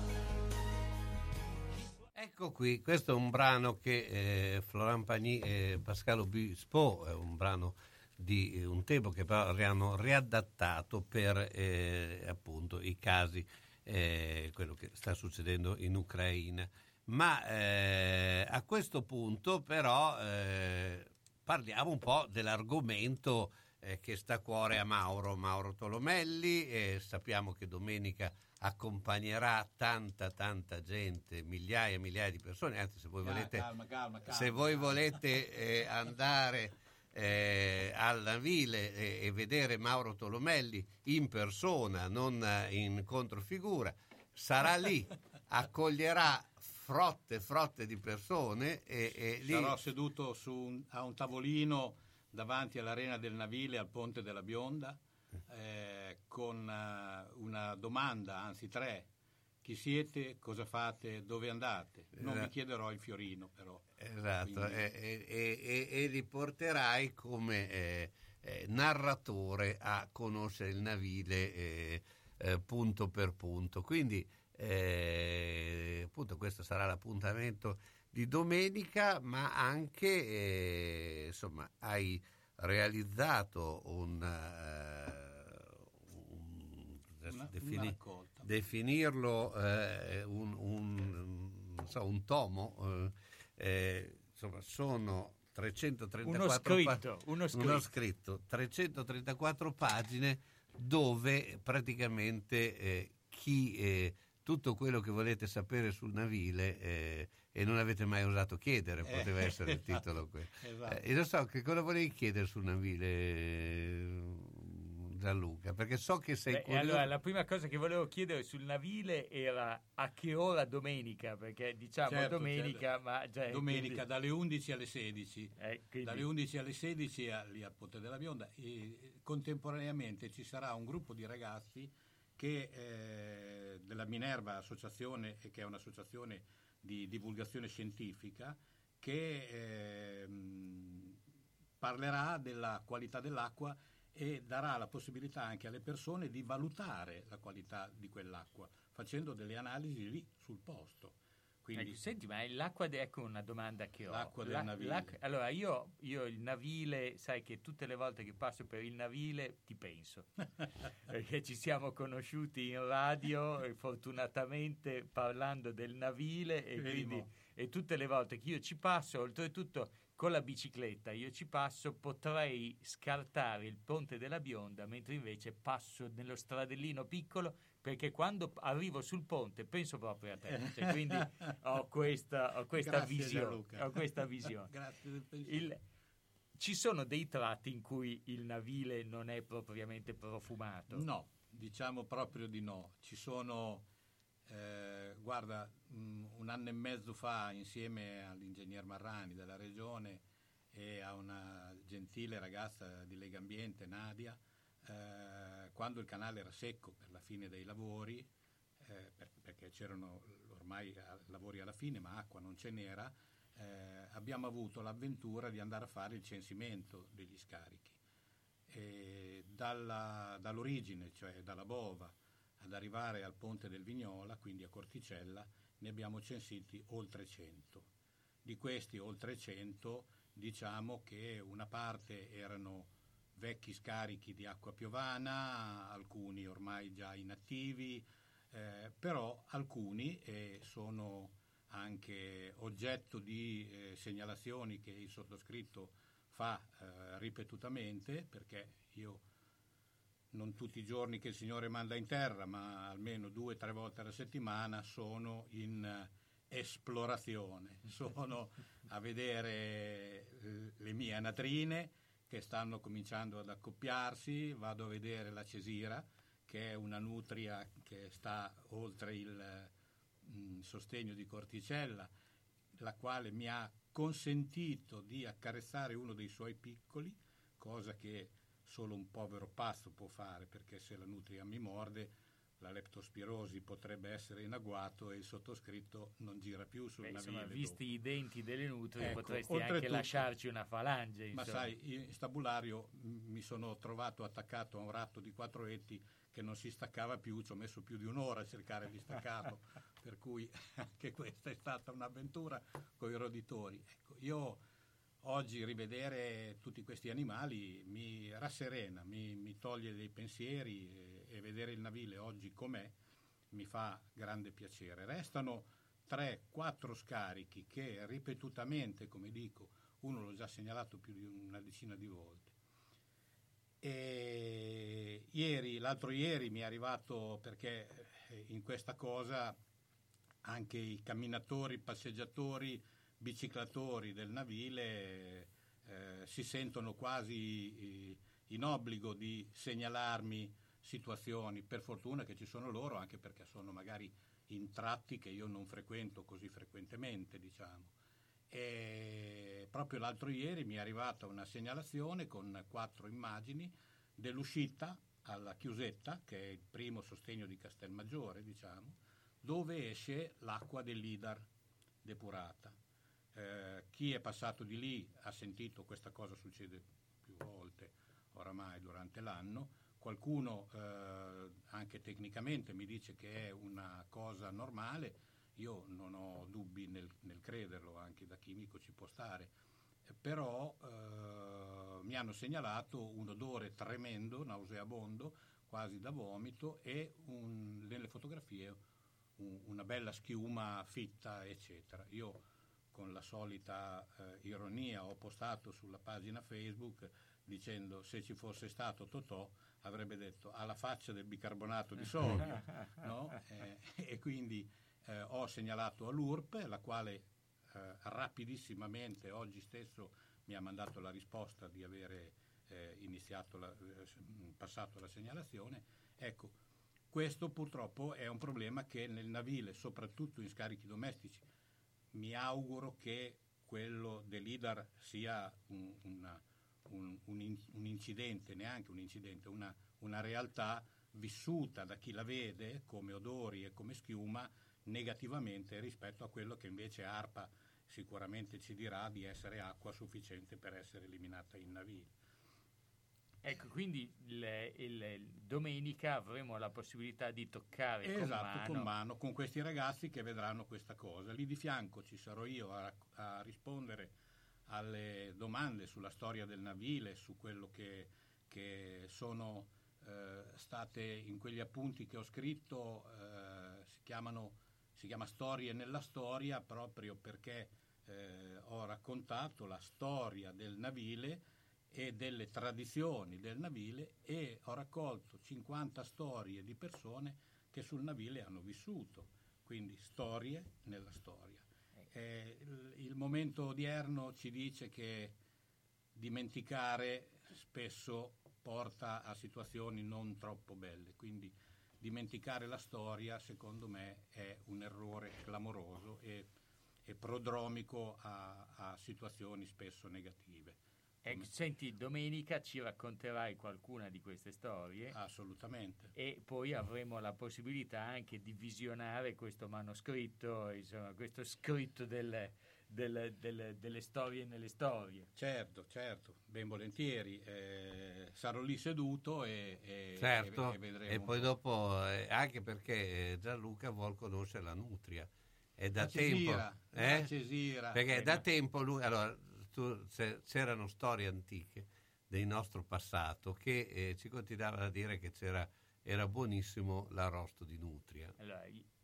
Ecco qui, questo è un brano che Florent Pagny e Pascal Obispo, è un brano di un tempo che però hanno riadattato per appunto i casi, quello che sta succedendo in Ucraina. Ma a questo punto però parliamo un po' dell'argomento che sta a cuore a Mauro Tolomelli. Sappiamo che domenica accompagnerà tanta gente, migliaia di persone, anzi se voi volete, calma. se voi volete andare al Navile e vedere Mauro Tolomelli in persona, non in controfigura, sarà lì, accoglierà frotte di persone e lì sarò seduto a un tavolino davanti all'Arena del Navile al Ponte della Bionda, con una domanda, anzi 3: chi siete, cosa fate, dove andate? Non vi chiederò il fiorino però. Esatto, e li porterai come narratore a conoscere il Navile punto per punto. Quindi appunto questo sarà l'appuntamento di domenica, ma anche insomma hai realizzato definirlo un tomo, insomma sono 334 uno scritto 334 pagine dove praticamente tutto quello che volete sapere sul Navile e non avete mai osato chiedere, poteva essere il titolo. Esatto. E non so che cosa volevi chiedere sul Navile, Gianluca, perché so che sei curioso. Allora, la prima cosa che volevo chiedere sul Navile era a che ora domenica, perché diciamo certo, domenica, ma già domenica quindi dalle 11 alle 16, quindi dalle 11 alle 16 lì al Ponte della Bionda, e contemporaneamente ci sarà un gruppo di ragazzi che della Minerva Associazione, che è un'associazione di divulgazione scientifica, che parlerà della qualità dell'acqua e darà la possibilità anche alle persone di valutare la qualità di quell'acqua facendo delle analisi lì sul posto. Quindi, senti, ma l'acqua, ecco una domanda che ho. L'acqua del Navile. Allora io il Navile, sai che tutte le volte che passo per il Navile ti penso, perché ci siamo conosciuti in radio e fortunatamente parlando del Navile e tutte le volte che io ci passo, oltretutto con la bicicletta io ci passo, potrei scartare il Ponte della Bionda, mentre invece passo nello stradellino piccolo, perché quando arrivo sul ponte penso proprio a te, cioè, quindi ho questa visione. Grazie del pensiero. Ci sono dei tratti in cui il Navile non è propriamente profumato? No, diciamo proprio di no. Ci sono, guarda, un anno e mezzo fa, insieme all'ingegner Marrani della regione e a una gentile ragazza di Lega Ambiente, Nadia, quando il canale era secco per la fine dei lavori, perché c'erano ormai lavori alla fine ma acqua non ce n'era, abbiamo avuto l'avventura di andare a fare il censimento degli scarichi, e dall'origine, cioè dalla Bova ad arrivare al Ponte del Vignola, quindi a Corticella, ne abbiamo censiti oltre 100. Di questi oltre 100 diciamo che una parte erano vecchi scarichi di acqua piovana, alcuni ormai già inattivi, però alcuni sono anche oggetto di segnalazioni che il sottoscritto fa ripetutamente, perché io non tutti i giorni che il Signore manda in terra, ma almeno 2 o 3 volte alla settimana sono in esplorazione, sono a vedere le mie anatrine che stanno cominciando ad accoppiarsi, vado a vedere la cesira, che è una nutria che sta oltre il sostegno di Corticella, la quale mi ha consentito di accarezzare uno dei suoi piccoli, cosa che solo un povero pazzo può fare, perché se la nutria mi morde la leptospirosi potrebbe essere in agguato e il sottoscritto non gira più sul navile. Insomma, visti i denti delle nutrie, ecco, potresti anche lasciarci una falange. Ma sai, in stabulario mi sono trovato attaccato a un ratto di 4 etti che non si staccava più, ci ho messo più di un'ora a cercare di staccarlo, per cui anche questa è stata un'avventura con i roditori. Ecco, io oggi rivedere tutti questi animali mi rasserena, mi toglie dei pensieri, e vedere il navile oggi com'è mi fa grande piacere. Restano 3-4 scarichi che ripetutamente, come dico, uno l'ho già segnalato più di una decina di volte. E l'altro ieri mi è arrivato, perché in questa cosa anche i camminatori, passeggiatori, biciclatori del navile si sentono quasi in obbligo di segnalarmi situazioni. Per fortuna che ci sono loro, anche perché sono magari in tratti che io non frequento così frequentemente, diciamo. E proprio l'altro ieri mi è arrivata una segnalazione con 4 immagini dell'uscita alla chiusetta, che è il primo sostegno di Castelmaggiore, diciamo, dove esce l'acqua dell'Idar depurata. Chi è passato di lì ha sentito, questa cosa succede più volte oramai durante l'anno. Qualcuno anche tecnicamente mi dice che è una cosa normale, io non ho dubbi nel crederlo, anche da chimico ci può stare, però mi hanno segnalato un odore tremendo, nauseabondo, quasi da vomito, e nelle fotografie una bella schiuma fitta, eccetera. Io con la solita ironia ho postato sulla pagina Facebook dicendo: se ci fosse stato Totò avrebbe detto alla faccia del bicarbonato di sodio, no? E quindi ho segnalato all'URP, la quale rapidissimamente oggi stesso mi ha mandato la risposta di avere passato la segnalazione. Ecco, questo purtroppo è un problema che nel navile, soprattutto in scarichi domestici, mi auguro che quello dell'Idar sia un incidente, neanche un incidente, una realtà vissuta da chi la vede come odori e come schiuma negativamente rispetto a quello che invece ARPA sicuramente ci dirà di essere acqua sufficiente per essere eliminata in navile. Ecco, quindi domenica avremo la possibilità di toccare con mano con questi ragazzi che vedranno questa cosa. Lì di fianco ci sarò io a rispondere alle domande sulla storia del navile, su quello che sono state in quegli appunti che ho scritto. Si chiama Storie nella storia, proprio perché ho raccontato la storia del navile e delle tradizioni del navile, e ho raccolto 50 storie di persone che sul navile hanno vissuto, quindi storie nella storia. Il momento odierno ci dice che dimenticare spesso porta a situazioni non troppo belle, quindi dimenticare la storia secondo me è un errore clamoroso e prodromico a situazioni spesso negative. Senti, domenica ci racconterai qualcuna di queste storie. Assolutamente. E poi avremo la possibilità anche di visionare questo manoscritto, insomma, questo scritto delle storie nelle storie. Certo, ben volentieri. Sarò lì seduto e vedremo. E poi dopo, anche perché Gianluca vuol conoscere la nutria. È da tempo. La cesira. Perché da tempo lui... Allora, c'erano storie antiche del nostro passato che ci continuavano a dire che era buonissimo l'arrosto di nutria. Allora,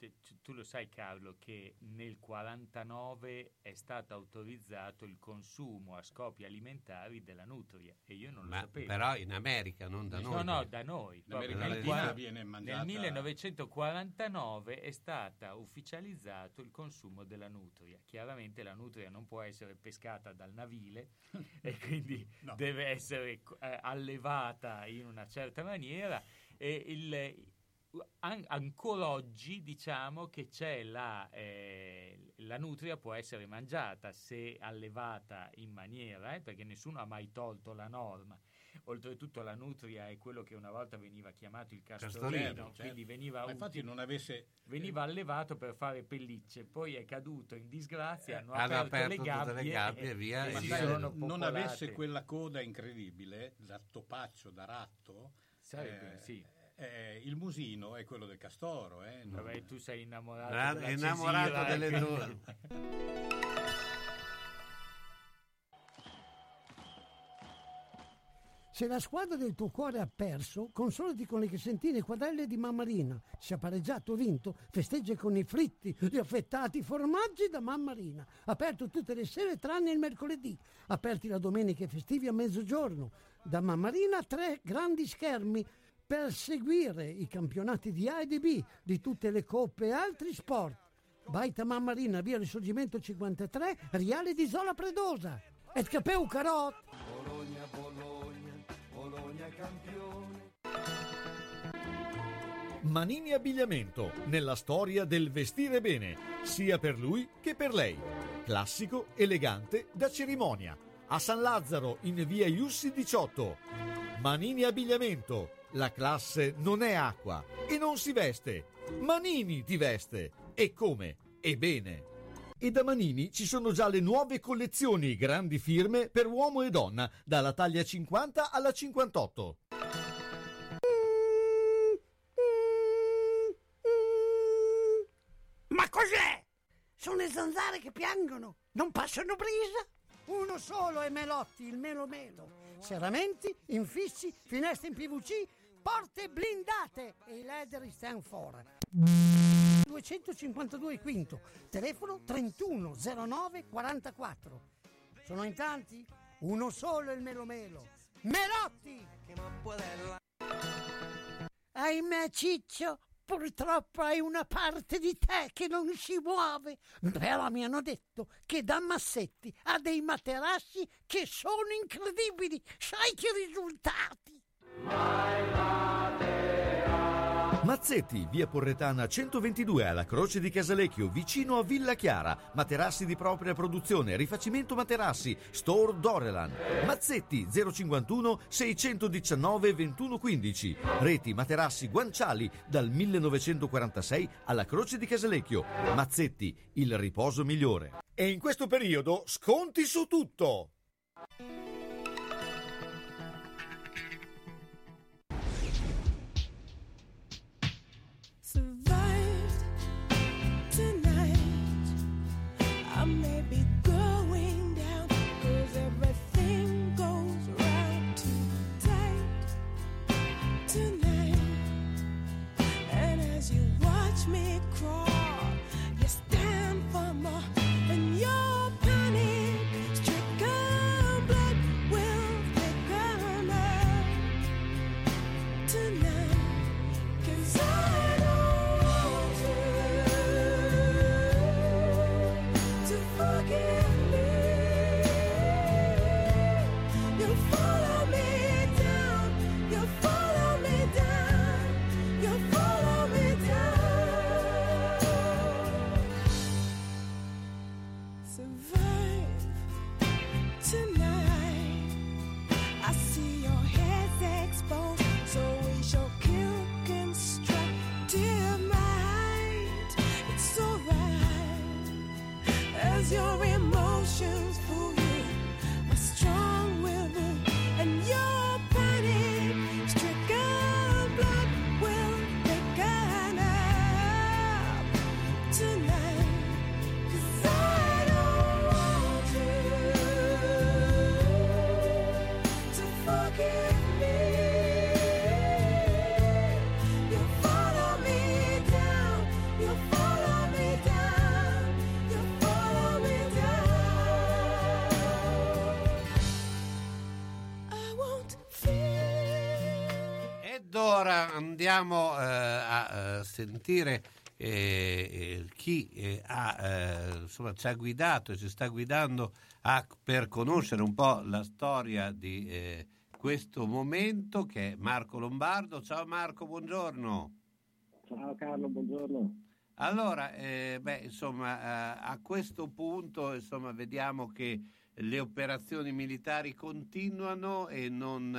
tu lo sai Carlo che nel 49 è stato autorizzato il consumo a scopi alimentari della nutria e io non lo sapevo. Però in America, non da noi. No, da noi. L'America viene mangiata. Nel 1949 è stato ufficializzato il consumo della nutria. Chiaramente la nutria non può essere pescata dal navile e quindi deve essere allevata in una certa maniera e ancora oggi diciamo che c'è la nutria può essere mangiata se allevata in maniera perché nessuno ha mai tolto la norma. Oltretutto la nutria è quello che una volta veniva chiamato il castorino, quindi veniva allevato per fare pellicce, poi è caduto in disgrazia, hanno aperto le gabbie e via. Non avesse quella coda incredibile da topaccio, da ratto, sarebbe il musino è quello del castoro. Vabbè, tu sei innamorato delle due. Se la squadra del tuo cuore ha perso, consolati con le crescentine e quadrelle di Mammarina. Se ha pareggiato o vinto, festeggia con i fritti, gli affettati formaggi da Mammarina. Aperto tutte le sere tranne il mercoledì. Aperti la domenica e festivi a mezzogiorno. Da Mammarina 3 grandi schermi per seguire i campionati di A e di B, di tutte le coppe e altri sport. Baita Mammarina, via Risorgimento 53, Riale di Zola Predosa. Et capeu carot! Bologna, Bologna campione. Manini Abbigliamento, nella storia del vestire bene, sia per lui che per lei. Classico, elegante, da cerimonia. A San Lazzaro, in via Iussi 18. Manini Abbigliamento, la classe non è acqua e non si veste. Manini ti veste. E come? E bene. E da Manini ci sono già le nuove collezioni grandi firme per uomo e donna, dalla taglia 50 alla 58. Ma cos'è? Sono le zanzare che piangono, non passano brisa? Uno solo è Melotti, il Melo Melo. Serramenti, infissi, finestre in PVC, porte blindate e i leder stand for. 252 quinto, telefono 31 09 44. Sono in tanti? Uno solo è il Melo Melo. Melotti! Ahimè Ciccio, purtroppo hai una parte di te che non si muove. Però mi hanno detto che da Massetti ha dei materassi che sono incredibili. Sai che risultati? Mazzetti, via Porretana 122 alla Croce di Casalecchio, vicino a Villa Chiara. Materassi di propria produzione, rifacimento materassi, Store Dorelan. Mazzetti 051 619 2115. Reti materassi guanciali dal 1946 alla Croce di Casalecchio. Mazzetti, il riposo migliore. E in questo periodo sconti su tutto. Allora andiamo a sentire chi insomma, ci ha guidato e ci sta guidando per conoscere un po' la storia di questo momento, che è Marco Lombardo. Ciao Marco, buongiorno. Ciao Carlo, buongiorno. Allora, a questo punto insomma, vediamo che le operazioni militari continuano e non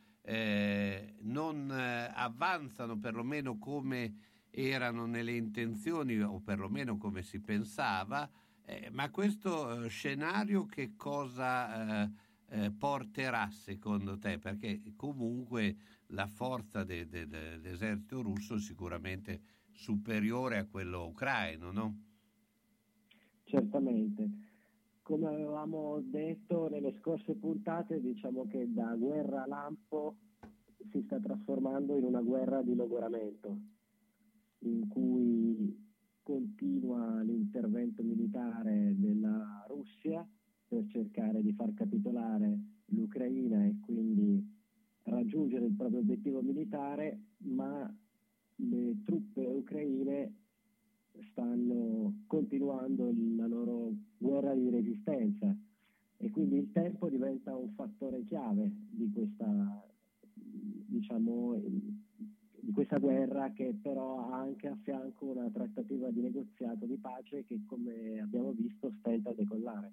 avanzano perlomeno come erano nelle intenzioni, o perlomeno come si pensava, ma questo scenario che cosa porterà secondo te? Perché comunque la forza dell'esercito russo è sicuramente superiore a quello ucraino, no? Certamente. Come avevamo detto nelle scorse puntate, diciamo che da guerra lampo si sta trasformando in una guerra di logoramento, in cui continua l'intervento militare della Russia per cercare di far capitolare l'Ucraina e quindi raggiungere il proprio obiettivo militare, ma le truppe ucraine stanno continuando la loro guerra di resistenza e quindi il tempo diventa un fattore chiave di questa, diciamo, di questa guerra, che però ha anche a fianco una trattativa di negoziato di pace che, come abbiamo visto, stenta a decollare.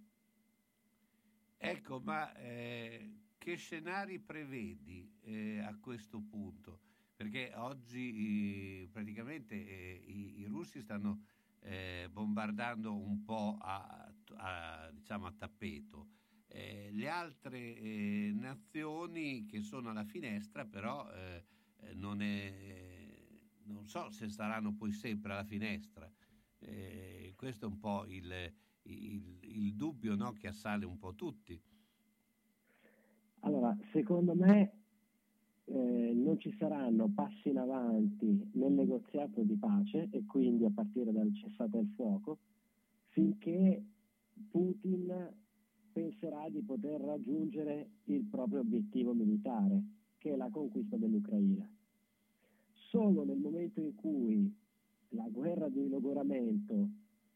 Ecco, ma che scenari prevedi a questo punto? Perché oggi praticamente i russi stanno bombardando un po' diciamo a tappeto. Le altre nazioni che sono alla finestra però non so se saranno poi sempre alla finestra. Questo è un po' il dubbio, no, che assale un po' tutti. Allora, secondo me non ci saranno passi in avanti nel negoziato di pace, e quindi a partire dal cessate il fuoco, finché Putin penserà di poter raggiungere il proprio obiettivo militare, che è la conquista dell'Ucraina. Solo nel momento in cui la guerra di logoramento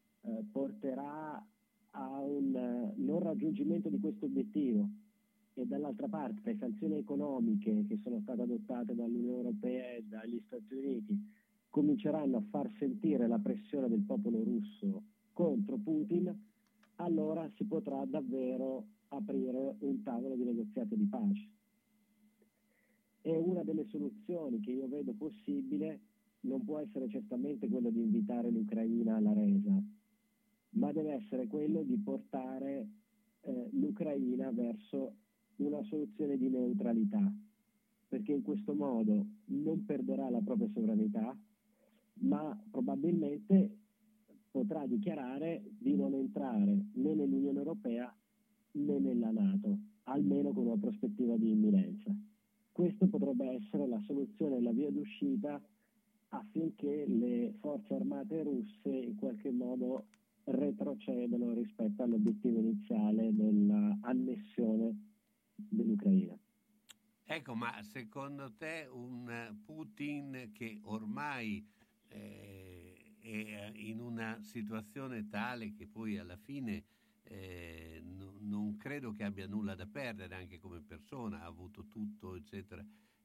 porterà a un non raggiungimento di questo obiettivo, e dall'altra parte le sanzioni economiche che sono state adottate dall'Unione Europea e dagli Stati Uniti cominceranno a far sentire la pressione del popolo russo contro Putin, allora si potrà davvero aprire un tavolo di negoziato di pace. E una delle soluzioni che io vedo possibile non può essere certamente quello di invitare l'Ucraina alla resa, ma deve essere quello di portare l'Ucraina verso una soluzione di neutralità, perché in questo modo non perderà la propria sovranità, ma probabilmente potrà dichiarare di non entrare né nell'Unione Europea né nella NATO, almeno con una prospettiva di imminenza. Questo potrebbe essere la soluzione, la via d'uscita, affinché le forze armate russe in qualche modo retrocedano rispetto all'obiettivo iniziale dell'annessione dell'Ucraina. Ecco, ma secondo te un Putin che ormai è in una situazione tale che poi alla fine non credo che abbia nulla da perdere, anche come persona, ha avuto tutto, eccetera,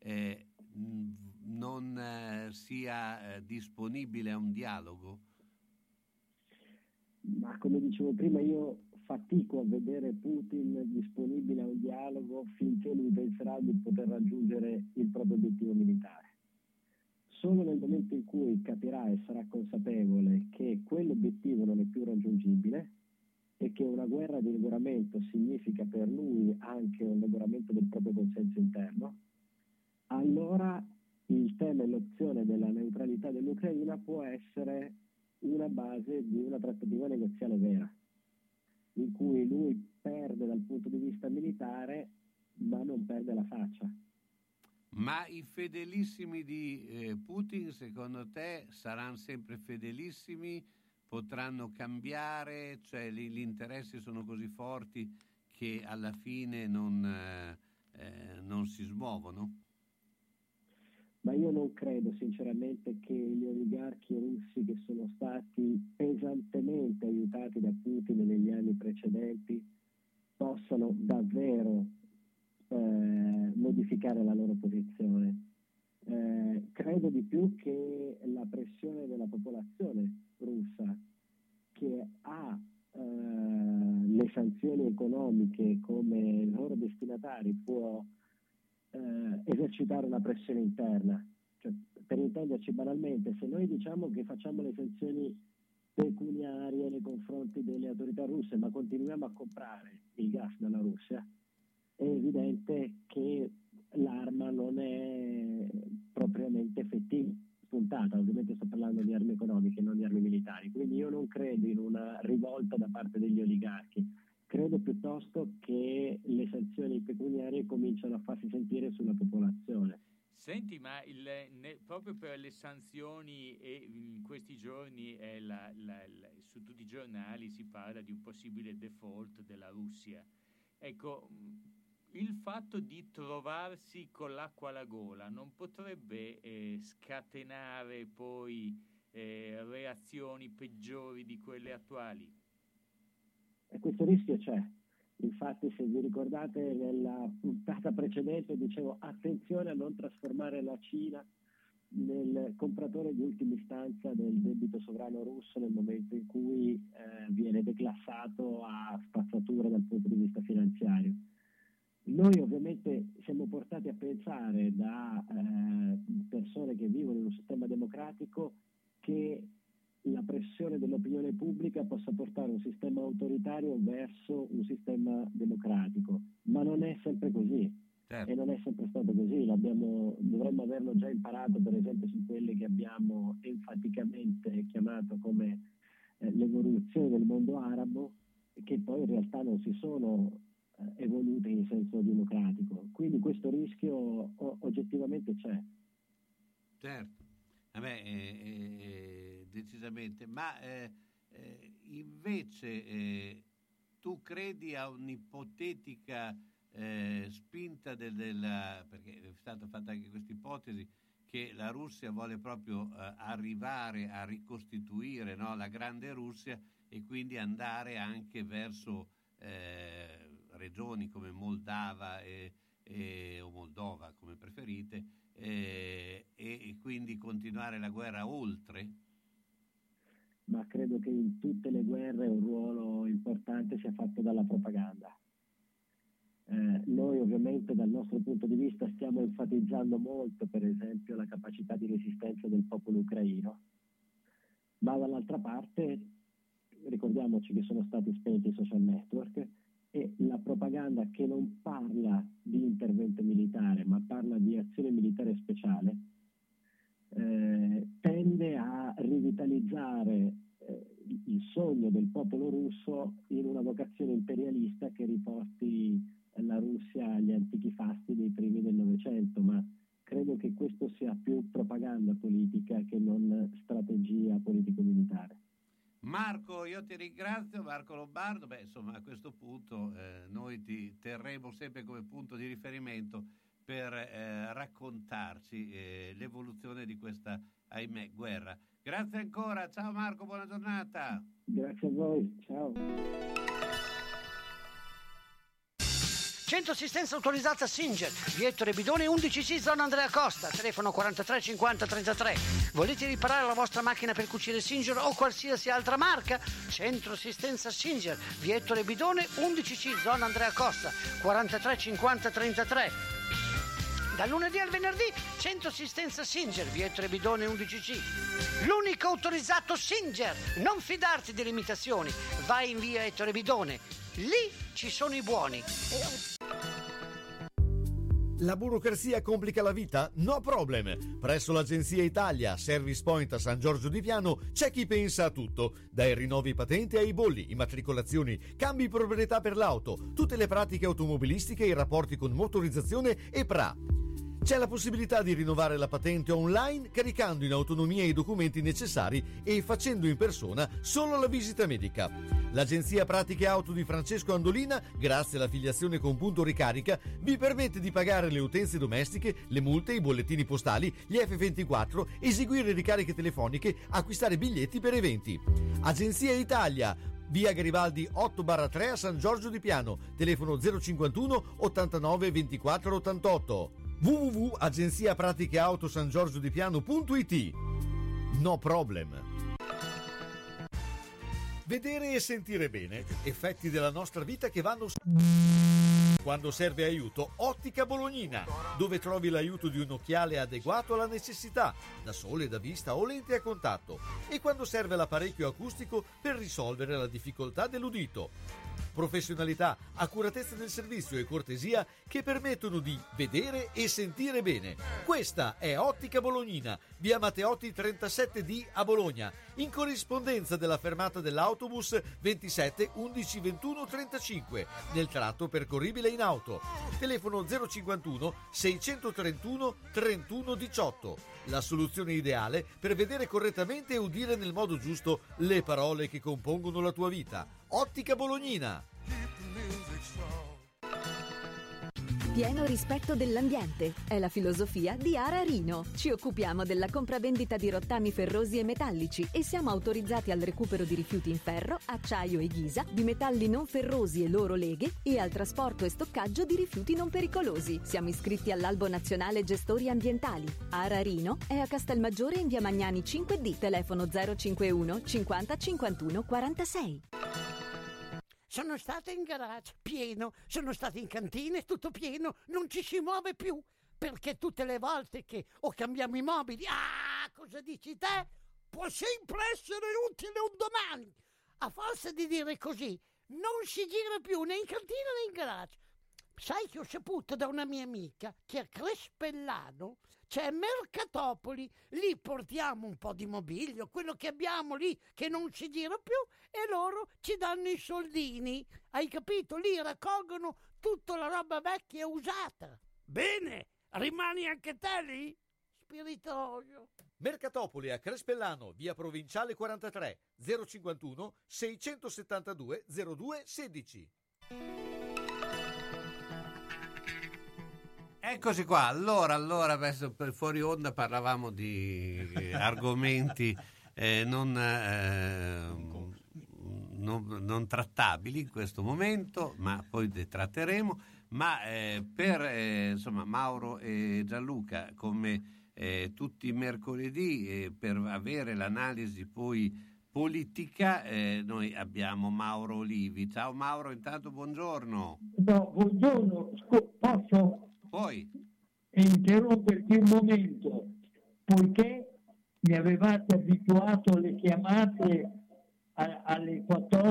non sia disponibile a un dialogo? Ma come dicevo prima, io fatico a vedere Putin disponibile a un dialogo finché lui penserà di poter raggiungere il proprio obiettivo militare. Solo nel momento in cui capirà e sarà consapevole che quell'obiettivo non è più raggiungibile e che una guerra di regolamento significa per lui anche un regolamento del proprio consenso interno, allora il tema e l'opzione della neutralità dell'Ucraina può essere una base di una trattativa negoziale vera, in cui lui perde dal punto di vista militare ma non perde la faccia. Ma i fedelissimi di Putin, secondo te, saranno sempre fedelissimi? Potranno cambiare? Cioè gli interessi sono così forti che alla fine non si smuovono? ma io non credo sinceramente che gli oligarchi russi che sono stati pesantemente aiutati da Putin negli anni precedenti possano davvero modificare la loro posizione. Credo di più che la pressione della popolazione russa, che ha le sanzioni economiche come loro destinatari, può esercitare una pressione interna. Cioè, per intenderci banalmente, se noi diciamo che facciamo le sanzioni pecuniarie nei confronti delle autorità russe ma continuiamo a comprare il gas dalla Russia, è evidente che l'arma non è propriamente effettiva, puntata. Ovviamente sto parlando di armi economiche, non di armi militari, quindi io non credo in una rivolta da parte degli oligarchi, credo piuttosto che le sanzioni pecuniarie cominciano a farsi sentire sulla popolazione. Senti, ma proprio per le sanzioni, e in questi giorni su tutti i giornali si parla di un possibile default della Russia. Ecco, il fatto di trovarsi con l'acqua alla gola non potrebbe scatenare poi reazioni peggiori di quelle attuali? E questo rischio c'è. Infatti, se vi ricordate, nella puntata precedente dicevo attenzione a non trasformare la Cina nel compratore di ultima istanza del debito sovrano russo nel momento in cui viene declassato a spazzatura dal punto di vista finanziario. Noi ovviamente siamo portati a pensare da persone che vivono in un sistema democratico che la pressione dell'opinione pubblica possa portare un sistema autoritario verso un sistema democratico, ma non è sempre così. Certo. E non è sempre stato così, dovremmo averlo già imparato, per esempio, su quelle che abbiamo enfaticamente chiamato come l'evoluzione del mondo arabo, che poi in realtà non si sono evolute in senso democratico. Quindi questo rischio oggettivamente c'è. Certo. Decisamente, ma invece tu credi a un'ipotetica spinta perché è stata fatta anche questa ipotesi che la Russia vuole proprio arrivare a ricostituire, no, la grande Russia, e quindi andare anche verso regioni come Moldava o Moldova, come preferite, e quindi continuare la guerra oltre? Ma credo che in tutte le guerre un ruolo importante sia fatto dalla propaganda. Noi ovviamente dal nostro punto di vista stiamo enfatizzando molto, per esempio, la capacità di resistenza del popolo ucraino, ma dall'altra parte ricordiamoci che sono stati spenti i social network e la propaganda che non parla di intervento militare ma parla di azione militare speciale tende a rivitalizzare il sogno del popolo russo in una vocazione imperialista che riporti la Russia agli antichi fasti dei primi del Novecento, ma credo che questo sia più propaganda politica che non strategia politico-militare. Marco, io ti ringrazio, Marco Lombardo. Insomma, a questo punto noi ti terremo sempre come punto di riferimento per raccontarci l'evoluzione di questa, ahimè, guerra. Grazie ancora, ciao Marco, buona giornata. Grazie a voi, ciao. Centro assistenza autorizzata Singer, via Ettore Bidone 11C, zona Andrea Costa, telefono 43 50 33. Volete riparare la vostra macchina per cucire Singer o qualsiasi altra marca? Centro assistenza Singer, via Ettore Bidone 11C, zona Andrea Costa, 43 50 33. Dal lunedì al venerdì, centro assistenza Singer, via Ettore Bidone 11C. L'unico autorizzato Singer. Non fidarti delle imitazioni. Vai in via Ettore Bidone. Lì ci sono i buoni. La burocrazia complica la vita? No problem! Presso l'Agenzia Italia Service Point a San Giorgio di Piano c'è chi pensa a tutto, dai rinnovi patente ai bolli, immatricolazioni, cambi proprietà per l'auto, tutte le pratiche automobilistiche e i rapporti con motorizzazione e PRA. C'è la possibilità di rinnovare la patente online caricando in autonomia i documenti necessari e facendo in persona solo la visita medica. L'agenzia Pratiche Auto di Francesco Andolina, grazie all'affiliazione con Punto Ricarica, vi permette di pagare le utenze domestiche, le multe, i bollettini postali, gli F24, eseguire ricariche telefoniche, acquistare biglietti per eventi. Agenzia Italia, via Garibaldi 8/3 a San Giorgio di Piano, telefono 051 89 24 88, www.agenziapraticheautosangiorgiodipiano.it. No problem. Vedere e sentire bene, effetti della nostra vita che vanno... Quando serve aiuto, Ottica Bolognina, dove trovi l'aiuto di un occhiale adeguato alla necessità, da sole, da vista o lenti a contatto, e quando serve l'apparecchio acustico per risolvere la difficoltà dell'udito. Professionalità, accuratezza del servizio e cortesia che permettono di vedere e sentire bene. Questa è Ottica Bolognina, via Matteotti 37D a Bologna, in corrispondenza della fermata dell'autobus 27 11 21 35, nel tratto percorribile in auto. Telefono 051 631 31 18. La soluzione ideale per vedere correttamente e udire nel modo giusto le parole che compongono la tua vita. Ottica Bolognina. Pieno rispetto dell'ambiente è la filosofia di Ara Rino. Ci occupiamo della compravendita di rottami ferrosi e metallici e siamo autorizzati al recupero di rifiuti in ferro, acciaio e ghisa, di metalli non ferrosi e loro leghe e al trasporto e stoccaggio di rifiuti non pericolosi. Siamo iscritti all'Albo Nazionale Gestori Ambientali. Ara Rino è a Castelmaggiore in via Magnani 5D, telefono 051 50 51 46. Sono stata in garage, pieno, sono stata in cantina, tutto pieno, non ci si muove più, perché tutte le volte che o cambiamo i mobili, cosa dici te? Può sempre essere utile un domani. A forza di dire così, non si gira più né in cantina né in garage. Sai che ho saputo da una mia amica che a Crespellano c'è Mercatopoli, lì portiamo un po' di mobilio, quello che abbiamo lì che non si gira più, e loro ci danno i soldini, hai capito? Lì raccolgono tutta la roba vecchia e usata. Bene, rimani anche te lì? Spiritoso. Mercatopoli a Crespellano, via Provinciale 43, 051 672 02 16. Eccoci qua, allora adesso per fuori onda parlavamo di argomenti non trattabili in questo momento, ma poi li tratteremo, ma per Mauro e Gianluca, come tutti i mercoledì, per avere l'analisi poi politica, noi abbiamo Mauro Olivi. Ciao Mauro, intanto buongiorno. No, buongiorno, posso poi interromperti un momento, poiché mi avevate abituato alle chiamate alle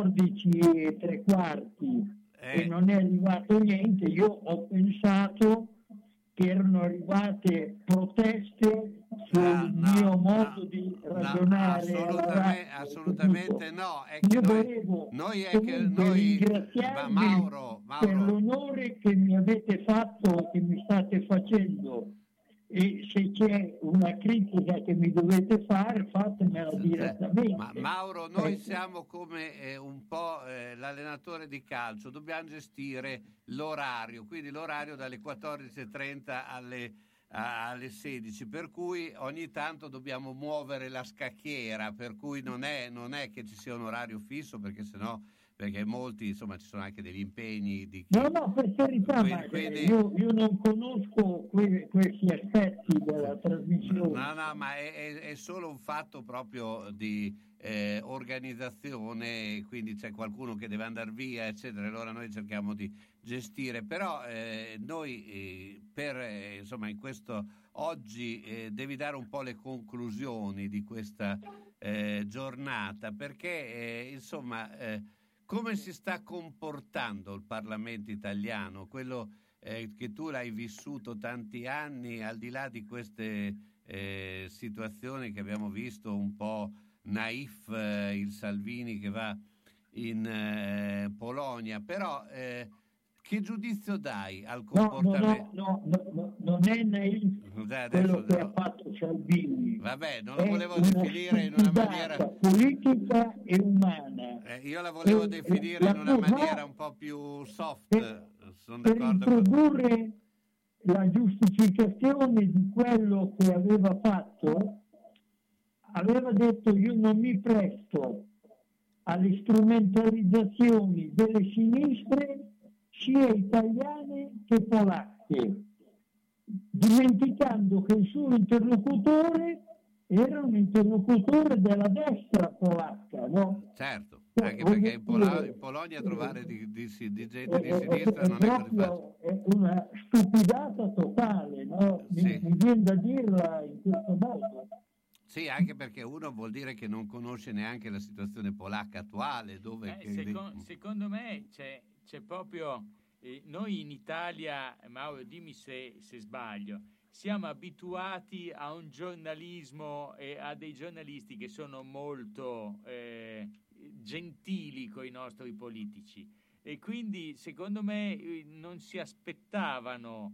14:03 e non è arrivato niente. Io ho pensato che erano arrivate proteste sul mio modo di ragionare. Assolutamente no. È che noi ringraziarvi Mauro. Per l'onore che mi avete fatto, che mi state facendo, e se c'è una critica che mi dovete fare, fatemela direttamente. Ma Mauro, noi siamo come un po' l'allenatore di calcio, dobbiamo gestire l'orario, quindi l'orario dalle 14:30 alle 16, per cui ogni tanto dobbiamo muovere la scacchiera, per cui non è che ci sia un orario fisso, perché molti, insomma, ci sono anche degli impegni di chi... No, per carità, quindi... io non conosco questi aspetti della trasmissione. No, ma è solo un fatto proprio di organizzazione, quindi c'è qualcuno che deve andare via, eccetera, allora noi cerchiamo di gestire, però noi in questo oggi devi dare un po' le conclusioni di questa giornata, perché come si sta comportando il Parlamento italiano, quello che tu l'hai vissuto tanti anni, al di là di queste situazioni che abbiamo visto un po' naif, il Salvini che va in Polonia, però che giudizio dai al comportamento? No, non è naif quello che ha fatto Salvini. Vabbè, non lo volevo definire in una maniera politica e umana. Io la volevo definire in una maniera un po' più soft. Sono Per d'accordo introdurre la giustificazione di quello che aveva fatto, aveva detto: io non mi presto alle strumentalizzazioni delle sinistre sia italiane che polacche, dimenticando che il suo interlocutore era un interlocutore della destra polacca, no? Certo, anche perché in Polonia trovare di gente di sinistra non è così facile. È una stupidata totale, no? Mi viene da dirla in questo modo. Sì, anche perché uno vuol dire che non conosce neanche la situazione polacca attuale. Dove secondo me c'è proprio... noi in Italia, Mauro, dimmi se sbaglio, siamo abituati a un giornalismo e a dei giornalisti che sono molto gentili con i nostri politici, e quindi secondo me non si aspettavano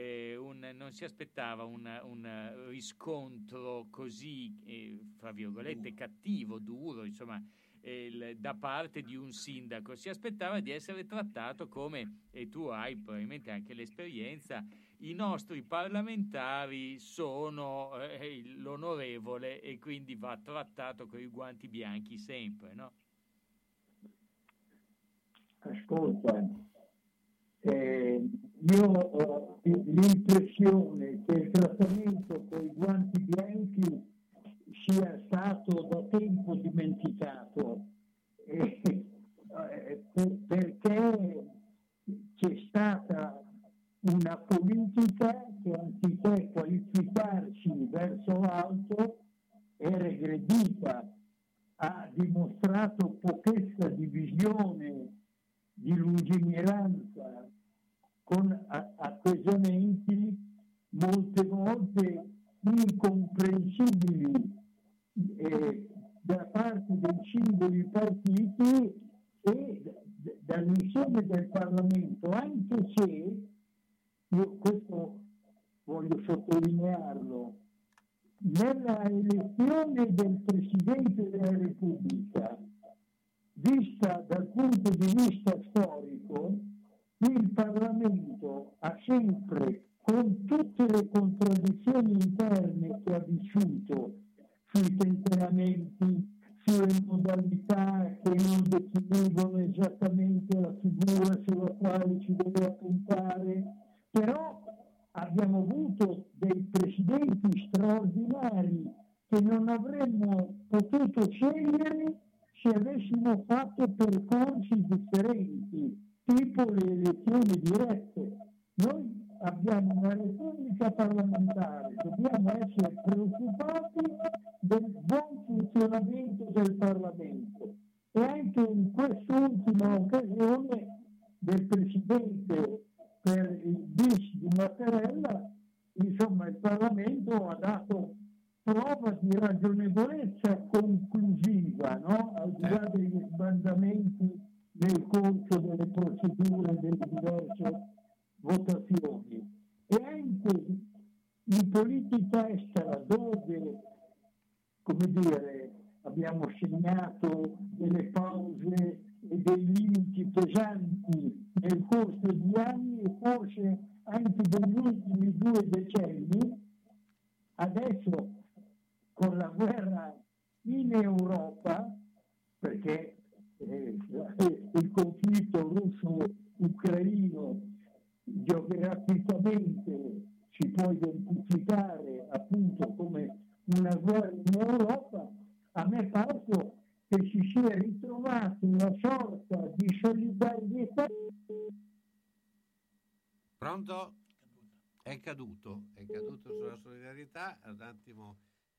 un riscontro così fra virgolette cattivo, duro, insomma, da parte di un sindaco. Si aspettava di essere trattato come, e tu hai probabilmente anche l'esperienza, i nostri parlamentari sono l'onorevole e quindi va trattato con i guanti bianchi sempre, no? Ascolta, io ho l'impressione che il trattamento con i guanti bianchi sia stato da tempo dimenticato, perché c'è stata una politica che, anziché qualificarsi verso l'alto, è regredita, ha dimostrato pochezza di visione, di lungimiranza, con atteggiamenti molte volte incomprensibili da parte dei singoli partiti e dall'insieme del Parlamento, anche se, io questo voglio sottolinearlo, nella elezione del Presidente della Repubblica, vista dal punto di vista storico, il Parlamento ha sempre, con tutte le contraddizioni interne che ha vissuto sui temperamenti, sulle modalità che non definivano esattamente la figura sulla quale ci doveva puntare, però abbiamo avuto dei presidenti straordinari che non avremmo potuto scegliere se avessimo fatto percorsi differenti, tipo le elezioni dirette. Noi abbiamo una repubblica parlamentare, dobbiamo essere preoccupati del buon funzionamento del Parlamento, e anche in quest'ultima occasione del Presidente per il bis di Mattarella, insomma il Parlamento ha dato prova di ragionevolezza conclusiva, no? Al di là degli sbandamenti nel corso delle procedure delle diverse votazioni. E anche in politica estera, dove, come dire, abbiamo segnato delle pause e dei limiti pesanti nel corso degli anni e forse anche degli ultimi 2 decenni, adesso con la guerra in Europa, perché il conflitto russo-ucraino geograficamente si può identificare appunto come una guerra in Europa, a me è parso che si sia ritrovato una sorta di solidarietà. Pronto? È caduto sulla solidarietà. Un attimo,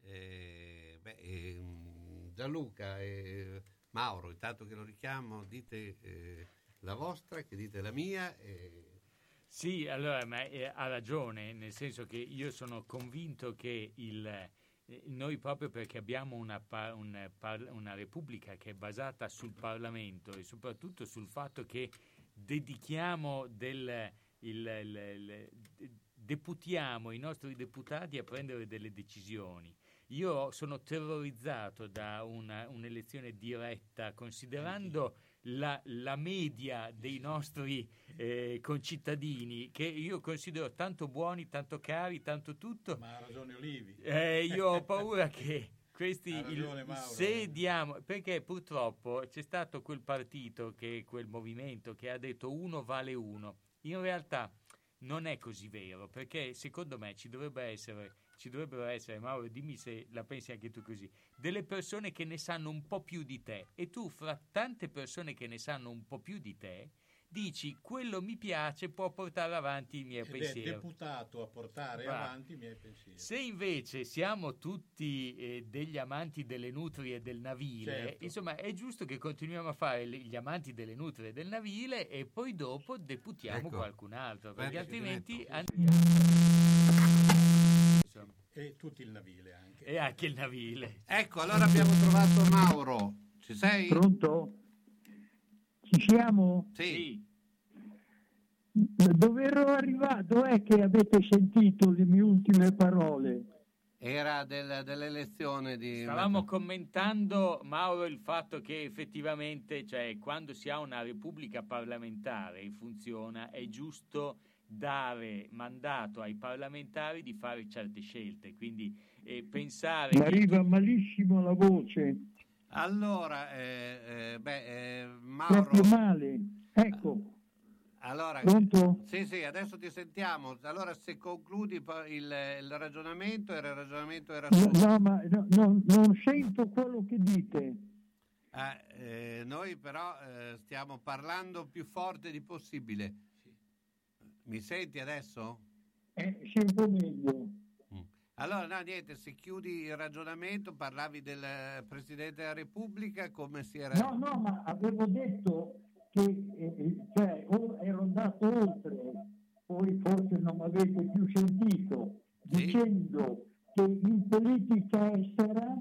Gianluca e Mauro, intanto che lo richiamo, dite la vostra, che dite la mia. Sì, allora, ma ha ragione, nel senso che io sono convinto che noi, proprio perché abbiamo una repubblica che è basata sul Parlamento e soprattutto sul fatto che dedichiamo deputiamo i nostri deputati a prendere delle decisioni. Io sono terrorizzato da un'elezione diretta, considerando la media dei nostri concittadini, che io considero tanto buoni, tanto cari, tanto tutto. Ma ha ragione Olivi. Io ho paura che questi Mauro. Diamo, perché purtroppo c'è stato quel partito, quel movimento che ha detto 1 vale 1. In realtà non è così vero, perché secondo me ci dovrebbero essere, Mauro, dimmi se la pensi anche tu così, delle persone che ne sanno un po' più di te, e tu fra tante persone che ne sanno un po' più di te dici quello mi piace, può portare avanti i miei pensieri. È deputato a portare avanti i miei pensieri. Se invece siamo tutti degli amanti delle nutrie e del navile, certo, insomma è giusto che continuiamo a fare gli amanti delle nutrie e del navile e poi dopo deputiamo qualcun altro, perché altrimenti e tutti il navile anche. E anche il navile. Ecco, allora abbiamo trovato Mauro. Ci sei? Pronto? Ci siamo? Sì. Dove ero arrivato è che avete sentito le mie ultime parole. Era dell'elezione di... Stavamo commentando, Mauro, il fatto che effettivamente, cioè, quando si ha una repubblica parlamentare e funziona, è giusto dare mandato ai parlamentari di fare certe scelte, quindi pensare... Mi arriva malissimo la voce. Allora, Mauro... Proprio male, ecco. Allora, pronto? Sì, adesso ti sentiamo. Allora, se concludi il ragionamento, il ragionamento era... Non sento quello che dite. Noi però stiamo parlando più forte di possibile. Mi senti adesso? Sento meglio. Allora, no, niente, se chiudi il ragionamento, parlavi del Presidente della Repubblica, come si era... No, ma avevo detto che ero andato oltre, poi forse non mi avete più sentito, dicendo che in politica estera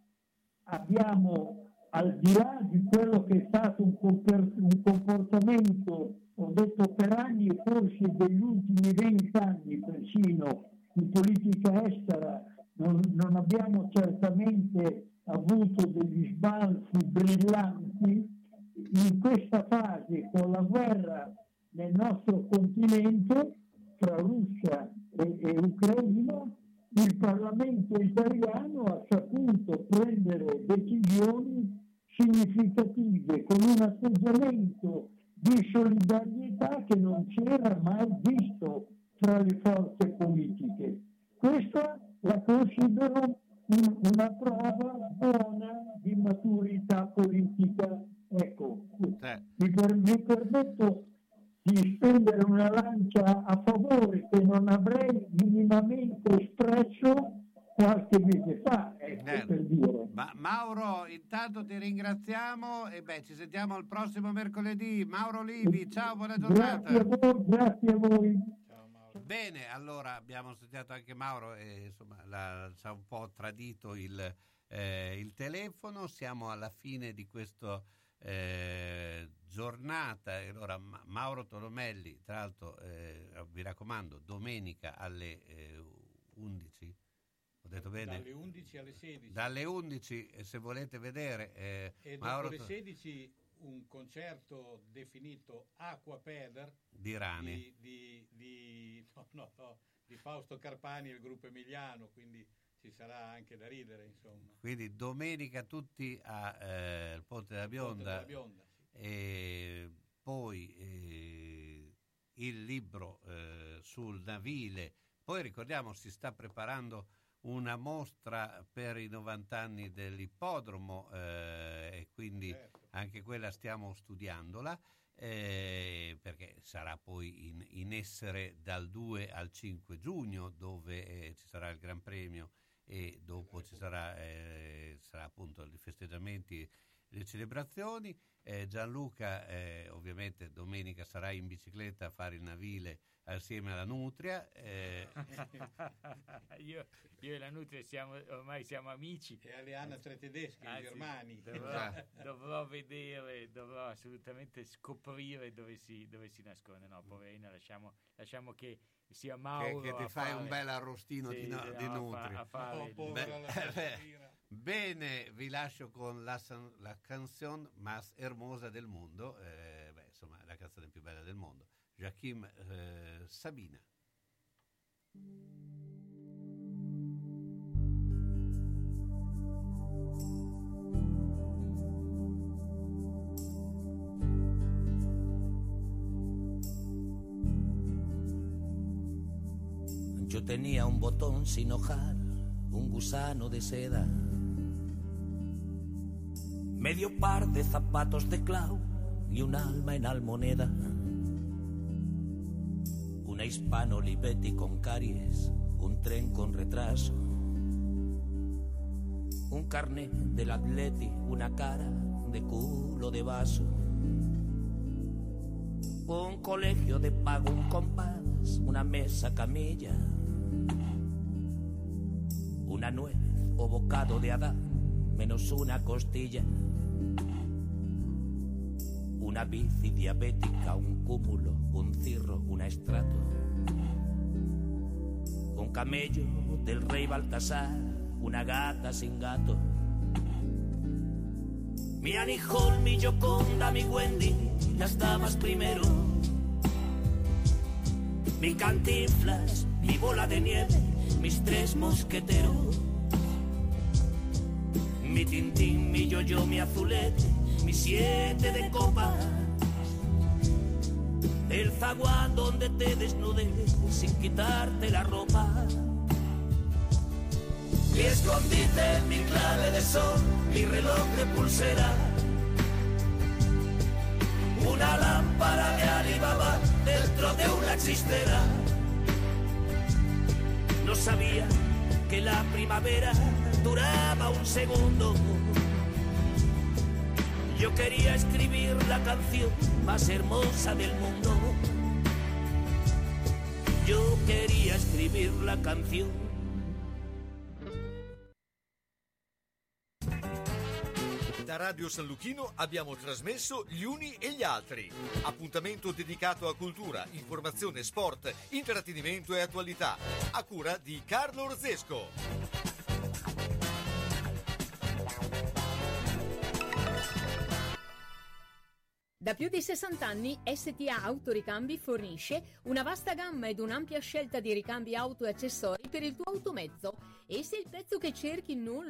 abbiamo, al di là di quello che è stato un comportamento, ho detto per anni e forse degli ultimi 20 anni persino, in politica estera non abbiamo certamente avuto degli sbalzi brillanti. In questa fase, con la guerra nel nostro continente tra Russia e Ucraina, il Parlamento italiano ha saputo prendere decisioni significative con un atteggiamento di solidarietà che non si era mai visto tra le forze politiche. Questa la considero una prova buona di maturità politica. Ecco, mi permetto di stendere una lancia a favore che non avrei minimamente espresso qualche mese fa, per dire. Ma Mauro, intanto ti ringraziamo e ci sentiamo il prossimo mercoledì. Mauro Livi, ciao, buona giornata. Grazie a voi. Bene, allora abbiamo studiato anche Mauro e insomma ci ha un po' tradito il telefono. Siamo alla fine di questo giornata e allora Mauro Tolomelli, tra l'altro vi raccomando, domenica alle 11, ho detto bene? Dalle 11 alle 16. Dalle 11 se volete vedere e Mauro dopo le 16 un concerto definito Aquapeder di Rani di Fausto Carpani e il gruppo emiliano, quindi ci sarà anche da ridere, insomma. Quindi domenica tutti al Ponte della Bionda, sì. E poi il libro sul navile. Poi ricordiamo si sta preparando una mostra per i 90 anni dell'ippodromo e quindi anche quella stiamo studiandola perché sarà poi in essere dal 2 al 5 giugno dove ci sarà il Gran Premio e dopo ci sarà appunto i festeggiamenti le celebrazioni. Gianluca ovviamente domenica sarà in bicicletta a fare il navile assieme alla Nutria. Io e la Nutria ormai siamo amici. E Aleana tre tedeschi, i germani. Dovrò vedere, dovrò assolutamente scoprire dove si nasconde. No, poverina, lasciamo che sia Mauro che ti fai un bel arrostino di Nutria. Bene, vi lascio con la canzone más hermosa del mondo, insomma la canzone più bella del mondo, Joachim Sabina. Yo tenía un botón sin hojar, un gusano de seda, medio par de zapatos de clau y un alma en almoneda, una Hispano Olivetti con caries, un tren con retraso, un carnet del Atleti, una cara de culo de vaso, un colegio de pago, un compás, una mesa camilla, una nuez o bocado de Adán, menos una costilla, una bici diabética, un cúmulo, un cirro, una estrato, un camello del rey Baltasar, una gata sin gato, mi Annie Hall, mi Gioconda, mi Wendy, las damas primero, mi Cantinflas, mi Bola de Nieve, mis tres mosqueteros, mi Tintín, mi Yo-Yo, mi Azulete, mi 7 de copas, el zaguán donde te desnudes sin quitarte la ropa, mi escondite, mi clave de sol, mi reloj de pulsera, una lámpara de Alibaba dentro de una chistera. No sabía que la primavera duraba un segundo. Yo quería escribir la canción más hermosa del mundo. Yo quería escribir la canción. Da Radio San Luchino abbiamo trasmesso Gli Uni e gli Altri. Appuntamento dedicato a cultura, informazione, sport, intrattenimento e attualità. A cura di Carlo Orzesco. Da più di 60 anni STA Autoricambi fornisce una vasta gamma ed un'ampia scelta di ricambi auto e accessori per il tuo automezzo. E se il pezzo che cerchi non lo